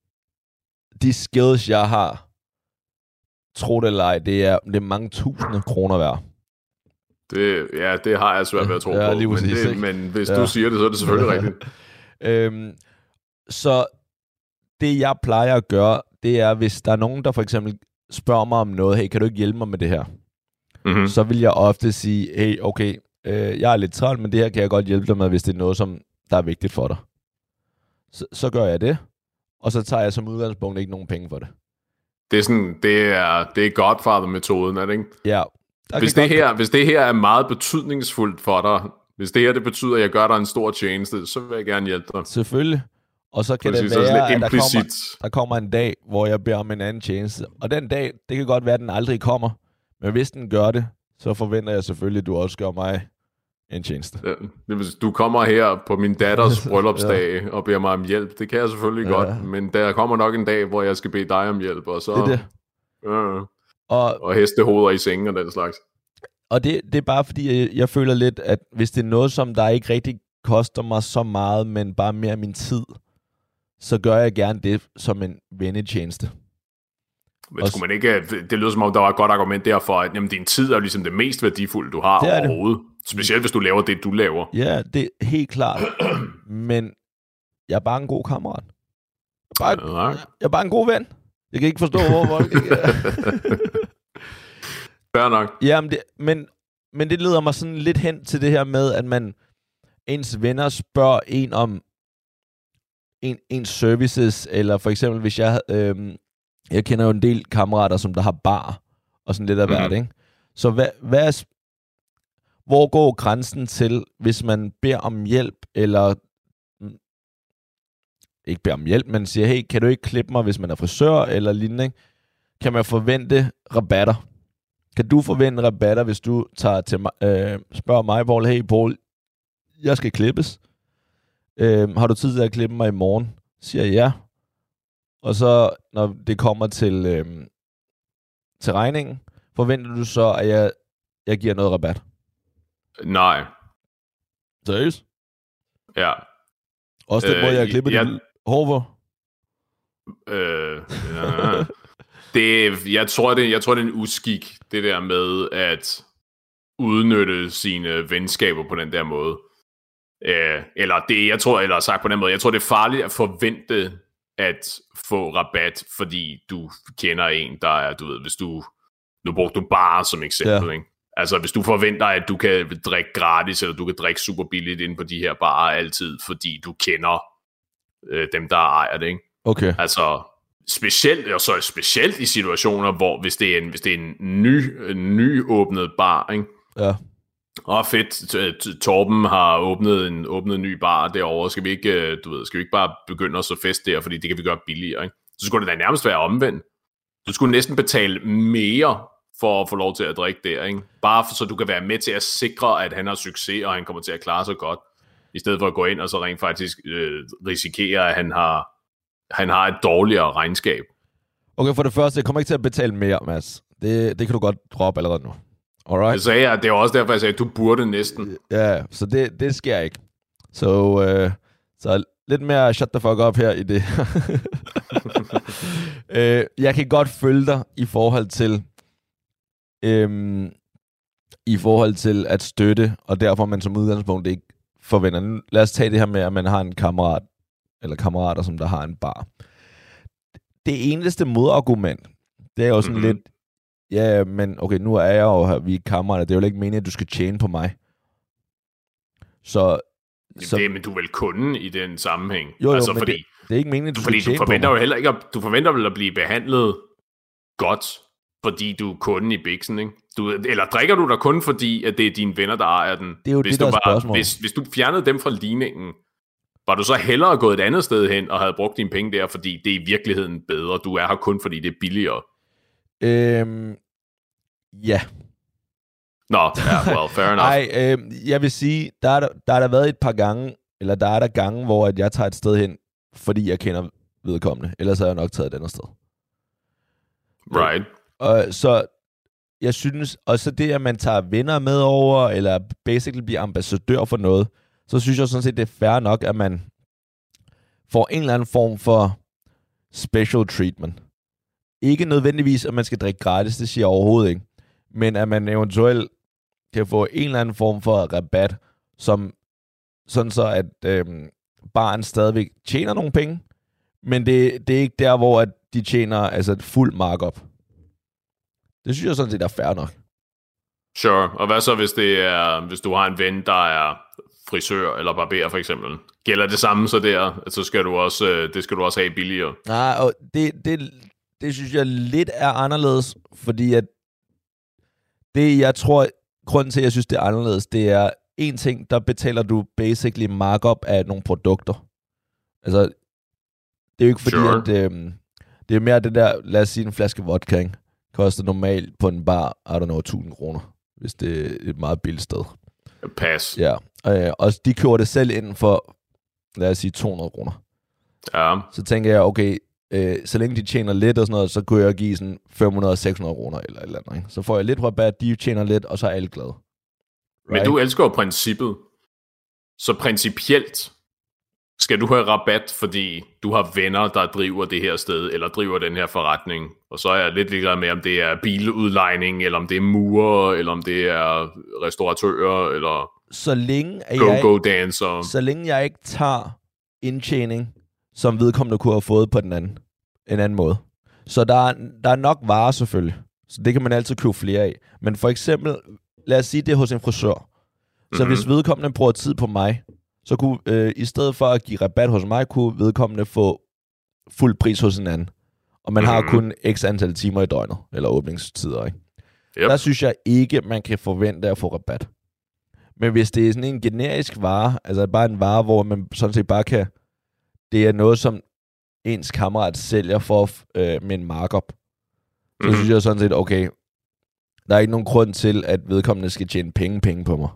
Speaker 8: de skills, jeg har, tro det eller ej, det er, det er mange tusinde kroner værd.
Speaker 7: Det, ja, det har jeg svært ved at tro
Speaker 8: ja,
Speaker 7: på, men,
Speaker 8: præcis,
Speaker 7: det, men hvis ja. du siger det, så er det selvfølgelig rigtigt.
Speaker 8: øhm, så det, jeg plejer at gøre, det er, hvis der er nogen, der for eksempel spørger mig om noget, hey, kan du ikke hjælpe mig med det her? Mm-hmm. Så vil jeg ofte sige, hey, okay, øh, jeg er lidt træt, men det her kan jeg godt hjælpe dig med, hvis det er noget, som der er vigtigt for dig. Så, så gør jeg det. Og så tager jeg som udgangspunkt ikke nogen penge for det.
Speaker 7: Det er sådan, det er, det er Godfather-metoden, er det ikke?
Speaker 8: Ja.
Speaker 7: Hvis det, her, hvis det her er meget betydningsfuldt for dig, hvis det her det betyder, at jeg gør dig en stor tjeneste, så vil jeg gerne hjælpe dig.
Speaker 8: Selvfølgelig. Og så kan det, det være, at der kommer, der kommer en dag, hvor jeg beder om en anden tjeneste. Og den dag, det kan godt være, at den aldrig kommer. Men hvis den gør det, så forventer jeg selvfølgelig, at du også gør mig en tjeneste. Ja,
Speaker 7: du kommer her på min datters bryllupsdag ja. og beder mig om hjælp. Det kan jeg selvfølgelig ja. godt, men der kommer nok en dag, hvor jeg skal bede dig om hjælp, og så...
Speaker 8: Det er det.
Speaker 7: Øh, og, og hestehoveder i sengen og den slags.
Speaker 8: Og det, det er bare fordi, jeg, jeg føler lidt, at hvis det er noget, som der ikke rigtig koster mig så meget, men bare mere min tid, så gør jeg gerne det som en vennetjeneste.
Speaker 7: Men skulle man ikke... Det lyder som om, der var et godt argument derfor, at jamen, din tid er ligesom det mest værdifulde, du har
Speaker 8: det
Speaker 7: overhovedet. Det. Specielt hvis du laver det, du laver.
Speaker 8: Ja, det er helt klart. Men jeg er bare en god kammerat. Jeg er bare, ja, jeg er bare en god ven. Jeg kan ikke forstå, hvor folk ikke er.
Speaker 7: Fair nok.
Speaker 8: Ja, men det, men, men det leder mig sådan lidt hen til det her med, at man ens venner spørger en om en, ens services, eller for eksempel, hvis jeg... Øh, jeg kender jo en del kammerater, som der har bar, og sådan lidt af hvert, mm. ikke? Så hvad, hvad er, hvor går grænsen til, hvis man beder om hjælp, eller ikke beder om hjælp, men siger, hey, kan du ikke klippe mig, hvis man er frisør, eller lignende, ikke? Kan man forvente rabatter? Kan du forvente rabatter, hvis du tager til mig, øh, spørger mig, Paul, hey, Paul, jeg skal klippes. Øh, har du tid til at klippe mig i morgen? Siger jeg ja. Og så, når det kommer til, øhm, til regningen, forventer du så, at jeg, jeg giver noget rabat?
Speaker 7: Nej.
Speaker 8: Seriøst?
Speaker 7: Ja.
Speaker 8: Også den øh, måde, jeg klipper jeg... dit hår for?
Speaker 7: Øh, ja. det, jeg, tror, det, jeg tror, det er en uskik, det der med at udnytte sine venskaber på den der måde. Øh, eller det, jeg tror, eller sagt på den måde, jeg tror, det er farligt at forvente at få rabat, fordi du kender en, der er, du ved, hvis du, nu brugte du bare som eksempel, ja. Ikke? Altså, hvis du forventer, at du kan drikke gratis, eller du kan drikke super billigt ind på de her barer altid, fordi du kender øh, dem, der ejer det, ikke?
Speaker 8: Okay.
Speaker 7: Altså, specielt, og så specielt i situationer, hvor hvis det er en, hvis det er en ny, en ny åbnet bar, ikke?
Speaker 8: Ja.
Speaker 7: Og fedt, Torben har åbnet en, åbnet en ny bar derovre, skal vi ikke, du ved, skal vi ikke bare begynde at så fest der, fordi det kan vi gøre billigere, ikke? Så skulle det da nærmest være omvendt. Du skulle næsten betale mere for at få lov til at drikke der, ikke? Bare for, så du kan være med til at sikre, at han har succes, og han kommer til at klare sig godt, i stedet for at gå ind og så rent faktisk øh, risikere, at han har, han har et dårligere regnskab.
Speaker 8: Okay, for det første, jeg kommer ikke til at betale mere, Mads. Det, det kan du godt droppe allerede nu. Alright?
Speaker 7: Det sagde jeg, det er også derfor, jeg sagde, at du burde næsten.
Speaker 8: Ja, så det, det sker ikke. Så, øh, så lidt mere shut the fuck up her i det. øh, jeg kan godt følge dig i forhold til øhm, i forhold til at støtte, og derfor man som udgangspunkt ikke forventer. Nu, lad os tage det her med, at man har en kammerat, eller kammerater, som der har en bar. Det eneste modargument, det er jo sådan mm-hmm. lidt, ja, men okay, nu er jeg jo her, vi er kammerater, det er jo ikke meningen, at du skal tjene på mig. Så...
Speaker 7: så det, men du er vel kunden i den sammenhæng.
Speaker 8: Jo, jo,
Speaker 7: altså,
Speaker 8: men
Speaker 7: fordi,
Speaker 8: det, det er ikke meningen, at du
Speaker 7: fordi
Speaker 8: skal tjene
Speaker 7: du forventer
Speaker 8: på mig.
Speaker 7: jo heller ikke, at, du forventer vel at blive behandlet godt, fordi du er kunden i biksen, ikke? Du, eller drikker du der kun fordi, at det er dine venner, der ejer den?
Speaker 8: Det er jo
Speaker 7: hvis
Speaker 8: det, der
Speaker 7: du
Speaker 8: er spørgsmålet.
Speaker 7: Hvis, hvis du fjernede dem fra ligningen, var du så hellere gået et andet sted hen og havde brugt dine penge der, fordi det er i virkeligheden bedre? Du er her kun fordi det er billigere.
Speaker 8: Øhm, ja.
Speaker 7: Nå, ja, well, fair enough.
Speaker 8: Nej, øh, jeg vil sige, der er der, der er der været et par gange, eller der er der gange, hvor at jeg tager et sted hen, fordi jeg kender vedkommende. Ellers har jeg nok taget et andet sted.
Speaker 7: Right.
Speaker 8: Og så, jeg synes, og så det, at man tager venner med over, eller basically bliver ambassadør for noget, så synes jeg sådan set, det er fair nok, at man får en eller anden form for special treatment. Ikke nødvendigvis, at man skal drikke gratis, det siger jeg overhovedet ikke. Men at man eventuelt kan få en eller anden form for rabat, som sådan så, at øhm, baren stadigvæk tjener nogle penge, men det, det er ikke der, hvor at de tjener altså et fuld markup. Det synes jeg sådan set er fair nok.
Speaker 7: Sure. Og hvad så, hvis det er, hvis du har en ven, der er frisør eller barber for eksempel? Gælder det samme så der, så skal du også, det skal du også have billigere?
Speaker 8: Nej, og det, det, det synes jeg lidt er anderledes, fordi at det, jeg tror, grunden til, at jeg synes, det er anderledes, det er en ting, der betaler du basically markup af nogle produkter. Altså, det er jo ikke fordi, sure. at øhm, det er mere det der, lad os sige, en flaske vodka, ikke? Koster normalt på en bar, I don't know, tusind kroner, hvis det er et meget billigt sted.
Speaker 7: Pas.
Speaker 8: Ja, øh, og de køber det selv ind for, lad os sige, to hundrede kroner.
Speaker 7: Ja. Så
Speaker 8: tænker jeg, okay, øh, så længe de tjener lidt og sådan noget, så kunne jeg give sådan fem hundrede til seks hundrede kroner eller et eller andet, ikke? Så får jeg lidt rabat, de tjener lidt, og så er alle glade. Right?
Speaker 7: Men du elsker jo princippet. Så principielt skal du have rabat, fordi du har venner, der driver det her sted, eller driver den her forretning. Og så er jeg lidt ligeglad med, om det er biludlejning, eller om det er murer, eller om det er restauratører, eller
Speaker 8: så længe
Speaker 7: go-go-dancer.
Speaker 8: Så længe jeg ikke tager indtjening, som vedkommende kunne have fået på den anden, en anden måde. Så der er, der er nok varer selvfølgelig. Så det kan man altid købe flere af. Men for eksempel, lad os sige det hos en frisør. Så mm-hmm. hvis vedkommende bruger tid på mig, så kunne, øh, i stedet for at give rabat hos mig, kunne vedkommende få fuld pris hos en anden. Og man mm-hmm. har kun x antal timer i døgnet, eller åbningstider, ikke? Yep. Der synes jeg ikke, man kan forvente at få rabat. Men hvis det er sådan en generisk vare, altså bare en vare, hvor man sådan set bare kan, det er noget, som ens kammerat sælger for øh, med en markup, så mm-hmm. synes jeg sådan set, okay, der er ikke nogen grund til, at vedkommende skal tjene penge, penge på mig.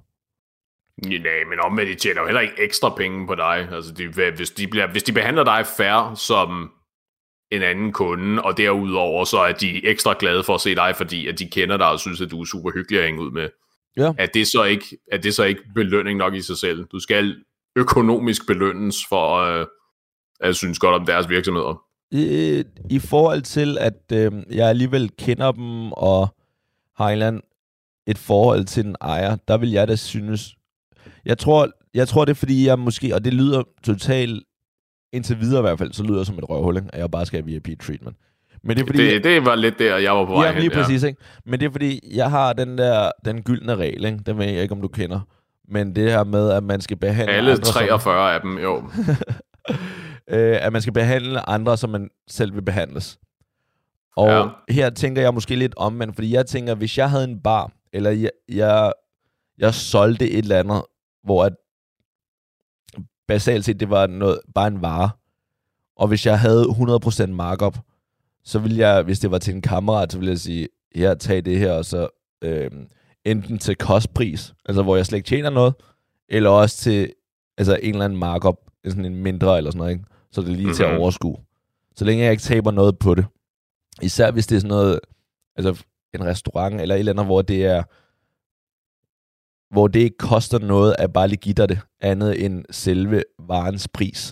Speaker 7: Nej, men omvendt, de tjener jo heller ikke ekstra penge på dig. Altså, de, hvis, de bliver, hvis de behandler dig fair som en anden kunde, og derudover så er de ekstra glade for at se dig, fordi at de kender dig og synes, at du er super hyggelig at hænge ud med. Ja. Er det så ikke, er det så ikke belønning nok i sig selv? Du skal økonomisk belønnes for øh, at synes godt om deres virksomheder.
Speaker 8: I, i forhold til, at øh, jeg alligevel kender dem og har en eller anden, et forhold til den ejer, der vil jeg da synes. Jeg tror, jeg tror det er fordi jeg måske, og det lyder totalt, indtil videre i hvert fald, så lyder det som et røvhul, at jeg bare skal have V I P-treatment. Men det, er fordi,
Speaker 7: det, det var lidt der, jeg var på vej
Speaker 8: ja,
Speaker 7: hen.
Speaker 8: lige præcis,
Speaker 7: ja.
Speaker 8: Ikke? Men det er fordi, jeg har den der, den gyldne regel, ikke? Den ved jeg ikke, om du kender. Men det her med, at man skal behandle
Speaker 7: alle treogfyrre som... af dem, jo.
Speaker 8: øh, at man skal behandle andre, som man selv vil behandles. Og ja. Her tænker jeg måske lidt omvendt, fordi jeg tænker, hvis jeg havde en bar, eller jeg, jeg, jeg solgte et eller andet, hvor at basalt set det var noget, bare en vare, og hvis jeg havde hundrede procent markup, så ville jeg, hvis det var til en kammerat, så ville jeg sige, her, tag det her, og så øh, enten til kostpris, altså hvor jeg slet ikke tjener noget, eller også til altså en eller anden markup, sådan en mindre eller sådan noget, ikke? Så det er lige mm-hmm. til at overskue. Så længe jeg ikke taber noget på det. Især hvis det er sådan noget, altså en restaurant eller et eller andet, hvor det er, hvor det ikke koster noget at bare lige give dig det, andet end selve varens pris.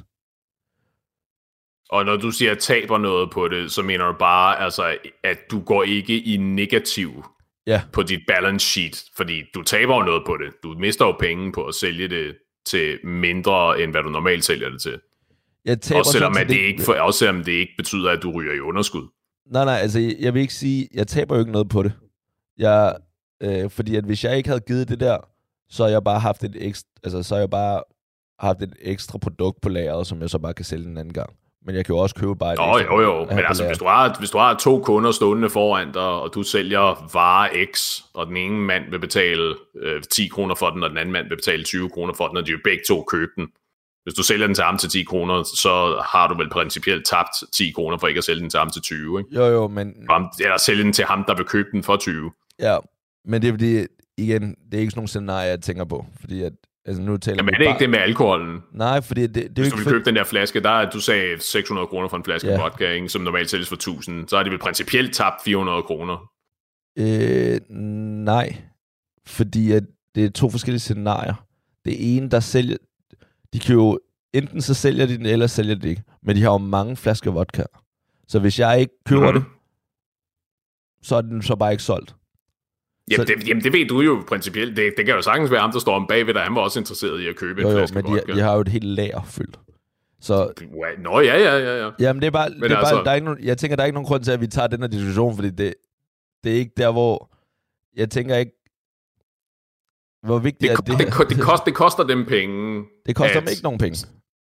Speaker 7: Og når du siger, at taber noget på det, så mener du bare, altså, at du går ikke i negativ
Speaker 8: ja.
Speaker 7: på dit balance sheet, fordi du taber jo noget på det. Du mister jo penge på at sælge det til mindre, end hvad du normalt sælger det til.
Speaker 8: Jeg taber
Speaker 7: også, selvom
Speaker 8: sådan,
Speaker 7: det, det ikke, for, også selvom det ikke betyder, at du ryger i underskud.
Speaker 8: Nej, nej, altså jeg vil ikke sige, jeg taber jo ikke noget på det. Jeg, øh, fordi at hvis jeg ikke havde givet det der, så har jeg bare haft et ekstra, altså så har jeg bare haft et ekstra produkt på lageret, som jeg så bare kan sælge en anden gang. Men jeg kan jo også købe bare et
Speaker 7: Nå, jo, jo, men altså hvis du, har, hvis du har to kunder stående foran dig, og du sælger vare X, og den ene mand vil betale øh, ti kroner for den, og den anden mand vil betale tyve kroner for den, og de vil begge to købe den. Hvis du sælger den til ham til ti kroner, så har du vel principielt tabt ti kroner for ikke at sælge den til ham til tyve, ikke?
Speaker 8: Jo, jo, men...
Speaker 7: Eller sælge den til ham, der vil købe den for tyve.
Speaker 8: Ja, men det er fordi, igen, det er ikke sådan nogle scenarier, jeg tænker på, fordi at altså nu taler
Speaker 7: Jamen er det bare... ikke det med alkoholen?
Speaker 8: Nej, fordi det, det er
Speaker 7: Hvis
Speaker 8: ikke
Speaker 7: du vil
Speaker 8: for...
Speaker 7: købe den der flaske, der er, du sagde seks hundrede kroner for en flaske ja. vodka, ikke, som normalt sælges for tusind, så har de vel principielt tabt fire hundrede kroner?
Speaker 8: Øh, nej, fordi at det er to forskellige scenarier. Det ene, der sælger, de kan jo, enten så sælger de den, eller sælger de ikke, men de har jo mange flasker vodka. Så hvis jeg ikke køber mm-hmm. det, så er den så bare ikke solgt.
Speaker 7: Jamen,
Speaker 8: så,
Speaker 7: det, jamen det ved du jo principielt. Det, det kan jo sagtens være ham, der står om bagved dig. Han var også interesseret i at købe
Speaker 8: jo,
Speaker 7: en
Speaker 8: jo,
Speaker 7: flaske
Speaker 8: men
Speaker 7: vodka.
Speaker 8: De, de har jo et helt lager fyldt. Så,
Speaker 7: Nå ja, ja, ja, ja.
Speaker 8: Jamen det er bare, det er altså, bare der er ikke nogen, jeg tænker, der er ikke nogen grund til, at vi tager den her diskussion, fordi det, det er ikke der, hvor jeg tænker ikke, hvor vigtigt
Speaker 7: det,
Speaker 8: er det
Speaker 7: det, det, det, koster, det koster dem penge.
Speaker 8: Det koster
Speaker 7: at,
Speaker 8: dem ikke nogen penge.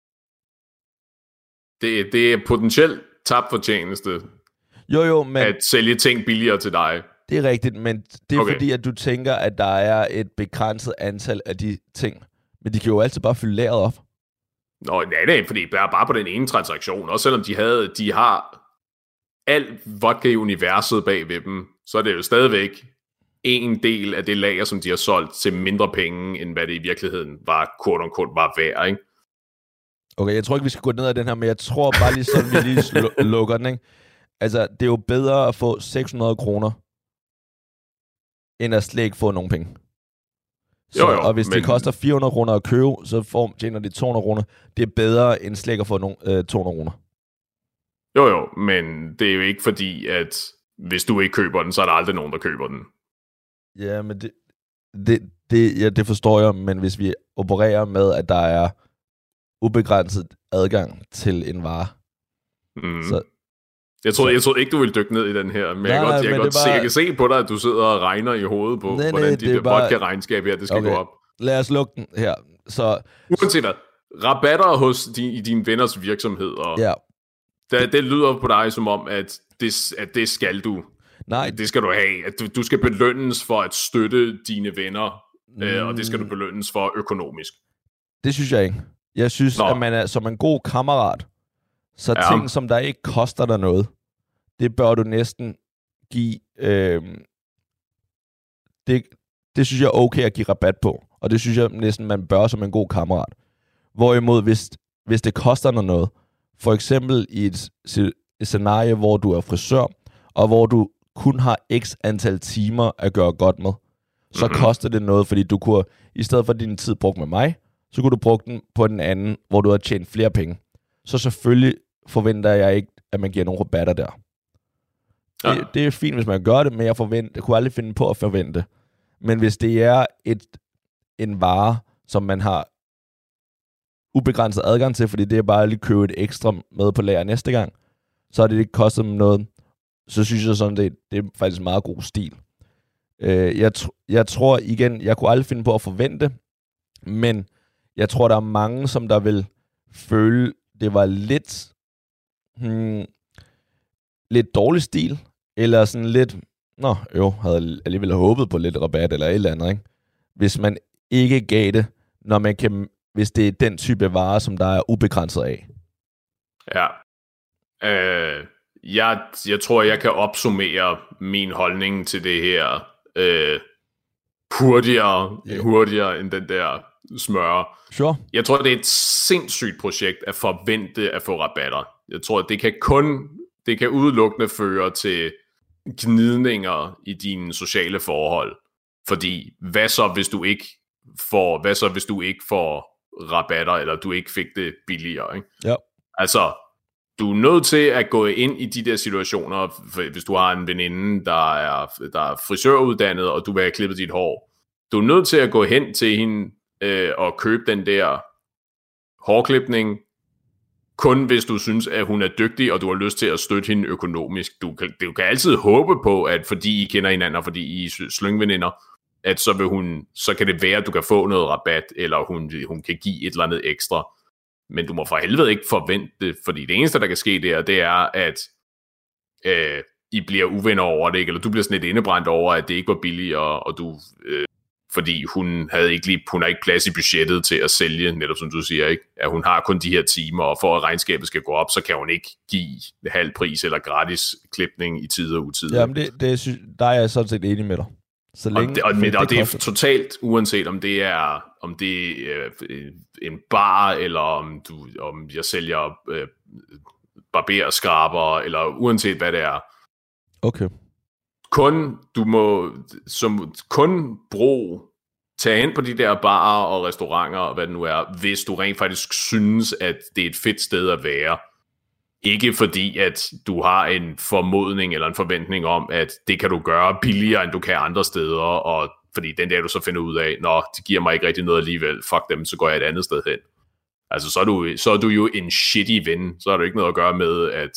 Speaker 7: Det, det er potentielt tabt fortjeneste.
Speaker 8: Jo, jo, men...
Speaker 7: At sælge ting billigere til dig.
Speaker 8: Det er rigtigt, men det er
Speaker 7: okay.
Speaker 8: fordi, at du tænker, at der er et begrænset antal af de ting. Men de kan jo altid bare fylde lageret op.
Speaker 7: Nå, nej, nej, fordi det er bare på den ene transaktion. Også selvom de, havde, de har alt vodka i universet bag ved dem, så er det jo stadigvæk en del af det lager, som de har solgt til mindre penge, end hvad det i virkeligheden var, quote unquote, var værd, ikke?
Speaker 8: Okay, jeg tror ikke, vi skal gå ned ad den her, men jeg tror bare lige sådan, vi lige sl- lukker den, ikke? Altså, det er jo bedre at få seks hundrede kroner, end at slet ikke få nogen penge. Så,
Speaker 7: jo, jo,
Speaker 8: og hvis
Speaker 7: men...
Speaker 8: det koster fire hundrede kroner at købe, så får, tjener de to hundrede kroner. Det er bedre end slet ikke at få nogen, øh, to hundrede kroner.
Speaker 7: Jo, jo, men det er jo ikke fordi, at hvis du ikke køber den, så er der aldrig nogen, der køber den.
Speaker 8: Ja, men det, det, det, ja, det forstår jeg, men hvis vi opererer med, at der er ubegrænset adgang til en vare,
Speaker 7: mm.
Speaker 8: så...
Speaker 7: Jeg troede, jeg troede ikke, du ville dykke ned i den her, men, nej, jeg, godt, jeg, men godt bare... se, jeg kan se på dig, at du sidder og regner i hovedet på, nej, hvordan dit bare... vodka-regnskab her, det skal okay. gå op.
Speaker 8: Lad os lukke den her. Så...
Speaker 7: Uanset hvad, rabatter hos din, i dine venners virksomheder,
Speaker 8: ja.
Speaker 7: det, det lyder på dig som om, at det, at det skal du.
Speaker 8: Nej.
Speaker 7: Det skal du have. At du, du skal belønnes for at støtte dine venner, mm. øh, og det skal du belønnes for økonomisk.
Speaker 8: Det synes jeg ikke. Jeg synes, Nå. at man er som en god kammerat, så ja. ting, som der ikke koster dig noget, det bør du næsten give... Øh, det, det synes jeg er okay at give rabat på. Og det synes jeg næsten, man bør som en god kammerat. Hvorimod, hvis, hvis det koster dig noget, for eksempel i et, et scenarie, hvor du er frisør, og hvor du kun har x antal timer at gøre godt med, så mm-hmm. koster det noget, fordi du kunne, i stedet for din tid brugt med mig, så kunne du bruge den på den anden, hvor du har tjent flere penge. Så selvfølgelig forventer jeg ikke, at man giver nogle rabatter der. Ja. Det, det er fint, hvis man gør det, men jeg, forventer, jeg kunne aldrig finde på at forvente. Men hvis det er et, en vare, som man har ubegrænset adgang til, fordi det er bare at lige købe et ekstra med på lager næste gang, så har det ikke kostet dem noget. Så synes jeg sådan, det, det er faktisk meget god stil. Øh, jeg, tr- jeg tror igen, jeg kunne aldrig finde på at forvente, men jeg tror, der er mange, som der vil føle det var lidt, hmm, lidt dårlig stil, eller sådan lidt, nå jo, havde alligevel håbet på lidt rabat, eller et eller andet, ikke? Hvis man ikke gav det, når man kan, hvis det er den type varer, som der er ubegrænset af.
Speaker 7: Ja. Øh, jeg, jeg tror, jeg kan opsummere min holdning til det her øh, hurtigere, yeah. hurtigere end den der smør.
Speaker 8: Sure.
Speaker 7: Jeg tror, det er et sindssygt projekt at forvente at få rabatter. Jeg tror, det kan kun, det kan udelukkende føre til gnidninger i dine sociale forhold. Fordi, hvad så, hvis du ikke får, hvad så, hvis du ikke får rabatter, eller du ikke fik det billigere, ikke?
Speaker 8: Ja.
Speaker 7: Altså, du er nødt til at gå ind i de der situationer, hvis du har en veninde, der er, der er frisøruddannet, og du vil have klippet dit hår. Du er nødt til at gå hen til hende øh, og købe den der hårklipning, kun hvis du synes, at hun er dygtig, og du har lyst til at støtte hende økonomisk. Du kan, du kan altid håbe på, at fordi I kender hinanden, og fordi I er slyngveninder, at så, vil hun, så kan det være, at du kan få noget rabat, eller hun, hun kan give et eller andet ekstra. Men du må for helvede ikke forvente det, fordi det eneste, der kan ske der, det er, at øh, I bliver uvenner over det, ikke? Eller du bliver sådan lidt indebrændt over, at det ikke var billigere, og du, øh, fordi hun havde ikke lige, hun har ikke plads i budgettet til at sælge, netop som du siger, ikke? At hun har kun de her timer, og for at regnskabet skal gå op, så kan hun ikke give halv pris eller gratis klipning i tid og utid.
Speaker 8: Jamen, det, det, der er jeg sådan set enig med dig. Så længe,
Speaker 7: og det, og,
Speaker 8: det,
Speaker 7: og det er
Speaker 8: koster.
Speaker 7: Totalt uanset om det er om det er øh, en bar, eller om du om jeg sælger øh, barberskraber, eller uanset hvad det er.
Speaker 8: Okay.
Speaker 7: Kun du må som kun brug tage hen på de der barer og restauranter og hvad det nu er, hvis du rent faktisk synes at det er et fedt sted at være. Ikke fordi, at du har en formodning eller en forventning om, at det kan du gøre billigere, end du kan andre steder, og fordi den der, du så finder ud af, nå, det giver mig ikke rigtig noget alligevel, fuck dem, så går jeg et andet sted hen. Altså, så er du, så er du jo en shitty ven, så har du ikke noget at gøre med, at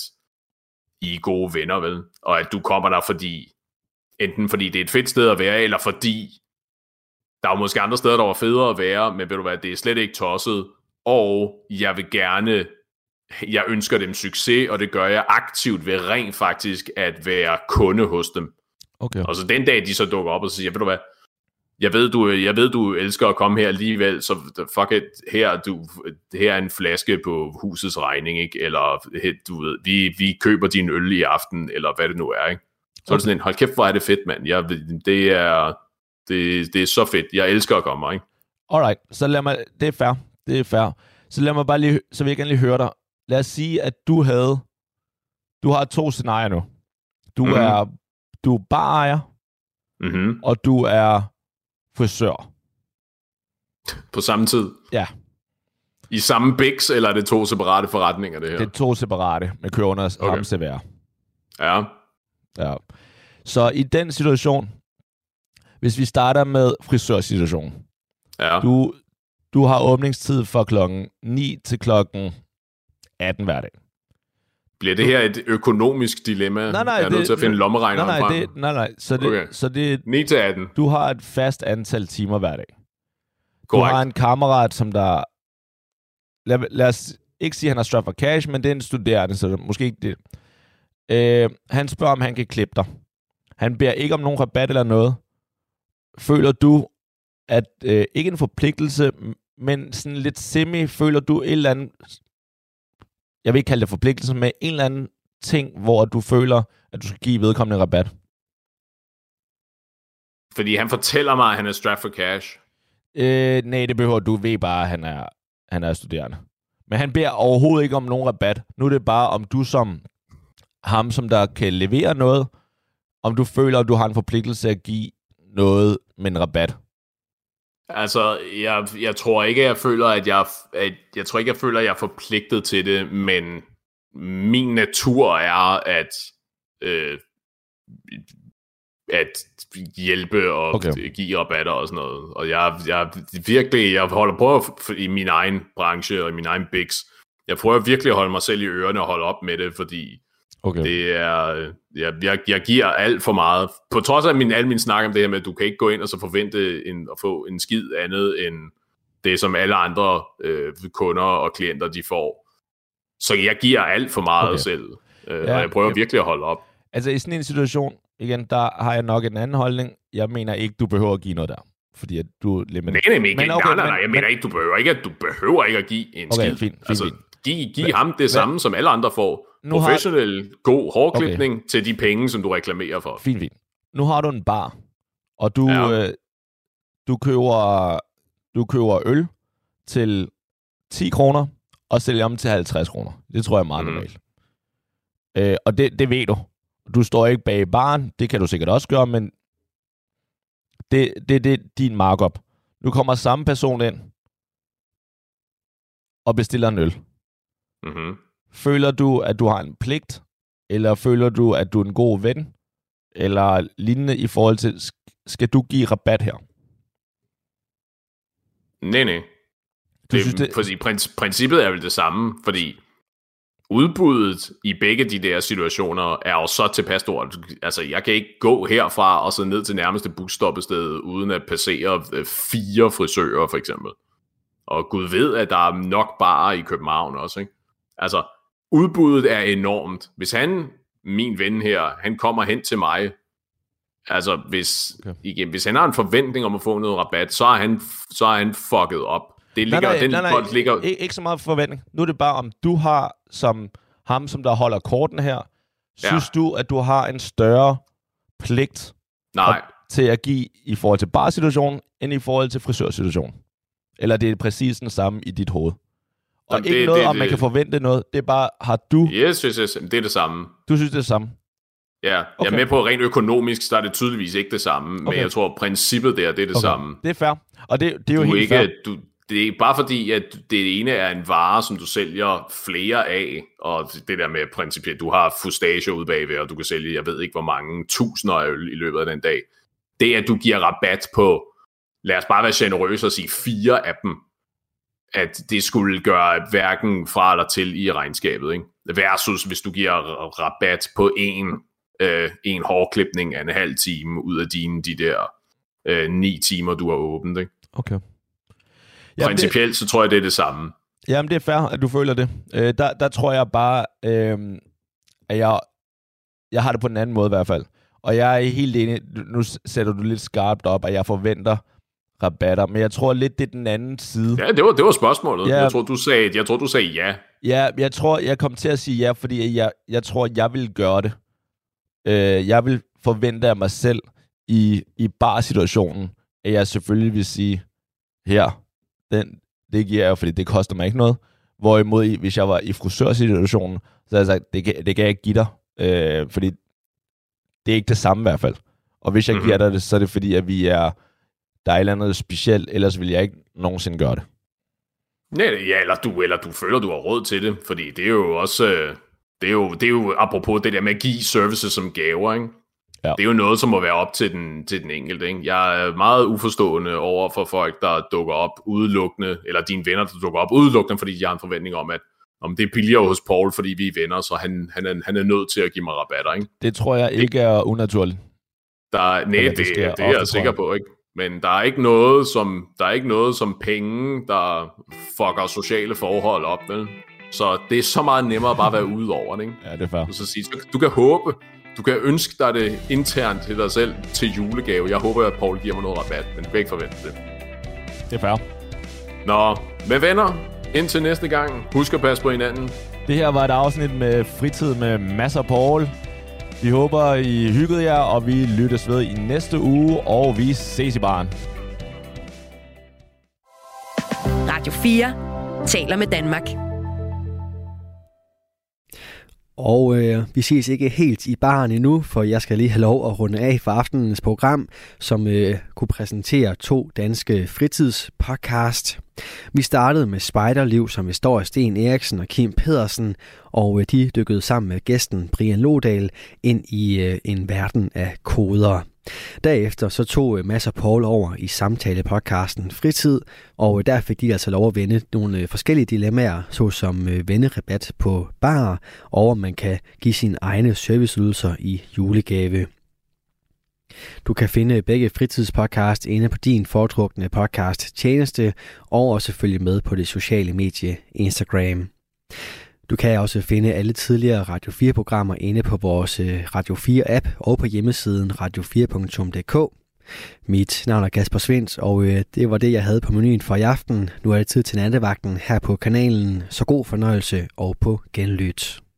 Speaker 7: I er gode venner, vel? Og at du kommer der, fordi, enten fordi det er et fedt sted at være, eller fordi, der er jo måske andre steder, der var federe at være, men ved du hvad, det er slet ikke tosset, og jeg vil gerne... Jeg ønsker dem succes, og det gør jeg aktivt ved rent faktisk at være kunde hos dem.
Speaker 8: Okay.
Speaker 7: Og så den dag, de så dukker op og siger, ved du hvad, jeg ved, du, jeg ved, du elsker at komme her alligevel, så fuck it, her, du, her er en flaske på husets regning, ikke? Eller du ved, vi, vi køber din øl i aften, eller hvad det nu er, ikke? Så okay. Er det sådan en, hold kæft, hvor er det fedt, mand. Jeg, det, er, det, det er så fedt. Jeg elsker at komme, ikke?
Speaker 8: Alright, så lad mig, det er fair, det er fair. Så lad mig bare lige, så vil jeg gerne lige høre dig. Lad os sige, at du havde... Du har to scenarier nu. Du mm-hmm. er du er barejer,
Speaker 7: mm-hmm.
Speaker 8: og du er frisør.
Speaker 7: På samme tid?
Speaker 8: Ja.
Speaker 7: I samme biks, eller er det to separate forretninger, det her?
Speaker 8: Det er to separate, med kører under okay. samme C V R.
Speaker 7: Ja.
Speaker 8: Ja. Så i den situation, hvis vi starter med frisørsituationen.
Speaker 7: Ja.
Speaker 8: Du, du har åbningstid fra klokken ni til klokken atten hver dag.
Speaker 7: Bliver det her et økonomisk dilemma?
Speaker 8: Nej, nej.
Speaker 7: Jeg er nødt til at finde lommeregneren
Speaker 8: nej, nej,
Speaker 7: frem.
Speaker 8: Det, nej, nej. Så det,
Speaker 7: okay.
Speaker 8: så det,
Speaker 7: ni til atten.
Speaker 8: Du har et fast antal timer hver dag.
Speaker 7: Correct.
Speaker 8: Du har en kammerat, som der... Lad, lad os ikke sige, at han har strapped for cash, men det er en studerende, så det, måske ikke det. Øh, han spørger, om han kan klippe dig. Han beder ikke om nogen rabat eller noget. Føler du, at øh, ikke en forpligtelse, men sådan lidt semi, føler du et eller andet... Jeg vil ikke kalde det forpligtelse, men en eller anden ting, hvor du føler, at du skal give vedkommende rabat.
Speaker 7: Fordi han fortæller mig, at han er strapped for cash.
Speaker 8: Øh, nej, det behøver du ved bare, at han er, han er studerende. Men han beder overhovedet ikke om nogen rabat. Nu er det bare, om du som ham, som der kan levere noget, om du føler, at du har en forpligtelse at give noget med en rabat.
Speaker 7: Altså, jeg, jeg tror ikke, jeg føler, at jeg, at jeg tror ikke, jeg føler, at jeg er forpligtet til det, men min natur er at, øh, at hjælpe og okay. give rabatter og sådan noget. Og jeg, jeg virkelig, jeg holder på i min egen branche og i min egen bigs. Jeg prøver virkelig at holde mig selv i ørerne og holde op med det, fordi okay. det er, jeg, jeg, jeg giver alt for meget. På trods af min, al min snak om det her med, at du kan ikke gå ind og så forvente en, at få en skid andet end det, som alle andre øh, kunder og klienter, de får. Så jeg giver alt for meget
Speaker 8: okay.
Speaker 7: selv, øh,
Speaker 8: ja,
Speaker 7: og jeg prøver
Speaker 8: jeg...
Speaker 7: virkelig at holde op.
Speaker 8: Altså i sådan en situation, igen, der har jeg nok en anden holdning. Jeg mener ikke, du behøver at give noget der. Fordi at du...
Speaker 7: Nej, nej, men, men, okay, nej, nej, nej, jeg
Speaker 8: men,
Speaker 7: mener ikke, du behøver ikke, at du behøver ikke at give en
Speaker 8: okay,
Speaker 7: skid.
Speaker 8: Fint, fint,
Speaker 7: altså,
Speaker 8: fint.
Speaker 7: giv, giv
Speaker 8: men,
Speaker 7: ham det
Speaker 8: men,
Speaker 7: samme, som alle andre får. Professionel, har... god hårklipning okay. til de penge, som du reklamerer for.
Speaker 8: Fint, fint. Nu har du en bar, og du, ja. øh, du, køber, du køber øl til ti kroner, og sælger dem til halvtreds kroner. Det tror jeg er meget mm. normalt. Øh, og det, det ved du. Du står ikke bag baren, det kan du sikkert også gøre, men det, det, det er din markup. Nu kommer samme person ind og bestiller en øl.
Speaker 7: Mm-hmm.
Speaker 8: Føler du, at du har en pligt, eller føler du, at du er en god ven, eller lignende i forhold til, skal du give rabat her?
Speaker 7: Nej, nej. Det, synes, det... Fordi princippet er vel det samme, fordi udbuddet i begge de der situationer er jo så tilpas stort. Altså, jeg kan ikke gå herfra og så ned til nærmeste busstoppested, uden at passere fire frisører, for eksempel. Og Gud ved, at der er nok barer i København også, ikke? Altså, udbuddet er enormt. Hvis han, min ven her, han kommer hen til mig, altså, hvis, okay. igen, hvis han har en forventning om at få noget rabat, så er han, så er han fucket op. Det ligger, nej, nej, den
Speaker 8: nej, nej,
Speaker 7: ligger...
Speaker 8: ikke, ikke så meget forventning. Nu er det bare, om du har, som ham, som der holder korten her, synes ja. du, at du har en større pligt
Speaker 7: nej.
Speaker 8: til at give i forhold til barsituationen, end i forhold til frisørsituationen? Eller det er præcis den samme i dit hoved? Og Jamen, ikke det, noget, det, om man det. kan forvente noget. Det er bare, har du...
Speaker 7: Yes, yes, yes. Det er det samme.
Speaker 8: Du synes, det er det samme?
Speaker 7: Ja, okay. Jeg er med på, rent økonomisk, så er det tydeligvis ikke det samme. Okay. Men jeg tror, princippet der, det er det okay. samme.
Speaker 8: Det er fair. Og det, det er jo
Speaker 7: du
Speaker 8: helt
Speaker 7: ikke,
Speaker 8: fair.
Speaker 7: Du, det er bare fordi, at det ene er en vare, som du sælger flere af, og det der med principielt, du har fustager ude bagved, og du kan sælge, jeg ved ikke hvor mange tusinder af øl i løbet af den dag. Det at du giver rabat på, lad os bare være generøse og sige fire af dem, at det skulle gøre hverken fra eller til i regnskabet, ikke? Versus hvis du giver rabat på en, øh, en hårklipning af en halv time ud af dine de der øh, ni timer, du har åbent, ikke?
Speaker 8: Okay.
Speaker 7: Principielt, det, så tror jeg, det er det samme.
Speaker 8: Jamen, det er fair, at du føler det. Øh, der, der tror jeg bare, øh, at jeg, jeg har det på den anden måde i hvert fald. Og jeg er helt enig, nu sætter du lidt skarpt op, at jeg forventer rabatter, men jeg tror lidt, det er den anden side.
Speaker 7: Ja, det var, det var spørgsmålet. Ja. Jeg tror, du sagde, jeg tror, du sagde ja.
Speaker 8: Ja, jeg tror, jeg kom til at sige ja, fordi jeg, jeg tror, jeg vil gøre det. Øh, jeg vil forvente af mig selv i, i barsituationen, at jeg selvfølgelig vil sige, her, den, det giver jeg, fordi det koster mig ikke noget. Hvorimod, hvis jeg var i frisørsituationen, så havde jeg sagt, det kan, det kan jeg ikke give dig, øh, fordi det er ikke det samme i hvert fald. Og hvis jeg mm-hmm. giver dig det, så er det fordi, at vi er, der er et eller andet specielt, ellers vil jeg ikke nogensinde gøre det.
Speaker 7: Nej, ja, eller du, eller du føler, du har råd til det, fordi det er jo også, det er jo, det er jo apropos det der med at give services som gaver, ikke? Ja. Det er jo noget, som må være op til den, til den enkelte, ikke? Jeg er meget uforstående over for folk, der dukker op udelukkende, eller dine venner, der dukker op udelukkende, fordi de har en forventning om, at om det er billigere hos Paul, fordi vi er venner, så han, han, er, han er nødt til at give mig rabatter, ikke?
Speaker 8: Det tror jeg ikke er unaturligt.
Speaker 7: Der, nej, det, det, det er jeg sikker på, ikke? Men der er ikke noget som der er ikke noget som penge, der fucker sociale forhold op, vel? Så det er så meget nemmere bare at være ude over det, ikke?
Speaker 8: Ja, det er fair.
Speaker 7: Så sige, du kan håbe, du kan ønske dig det internt til dig selv til julegave. Jeg håber, at Paul giver mig noget rabat, men du kan ikke forvente det.
Speaker 8: Det er fair.
Speaker 7: Nå, med venner, indtil næste gang. Husk at passe på hinanden.
Speaker 8: Det her var et afsnit med fritid med Mads og Paul. Vi håber, I hyggede jer, og vi lyttes ved i næste uge, og vi ses i baren.
Speaker 2: Radio fire taler med Danmark.
Speaker 3: Og øh, vi ses ikke helt i baren endnu, for jeg skal lige have lov at runde af for aftenens program, som øh, kunne præsentere to danske fritidspodcast. Vi startede med Spejderliv, som består af Sten Eriksen og Kim Pedersen, og øh, de dykkede sammen med gæsten Brian Lodal ind i øh, en verden af koder. Derefter så tog Mads og Paul over i samtalepodcasten Fritid, og der fik de altså lov at vende nogle forskellige dilemmaer, såsom vennerabat på barer, og om man kan give sine egne serviceydelser i julegave. Du kan finde begge fritidspodcast inde på din foretrukne podcast tjeneste, og også følge med på det sociale medie Instagram. Du kan også finde alle tidligere Radio fire-programmer inde på vores Radio fire-app og på hjemmesiden radio fire punktum d k. Mit navn er Kasper Svinds, og det var det, jeg havde på menuen for i aften. Nu er det tid til nattevagten her på kanalen. Så god fornøjelse og på genlyt.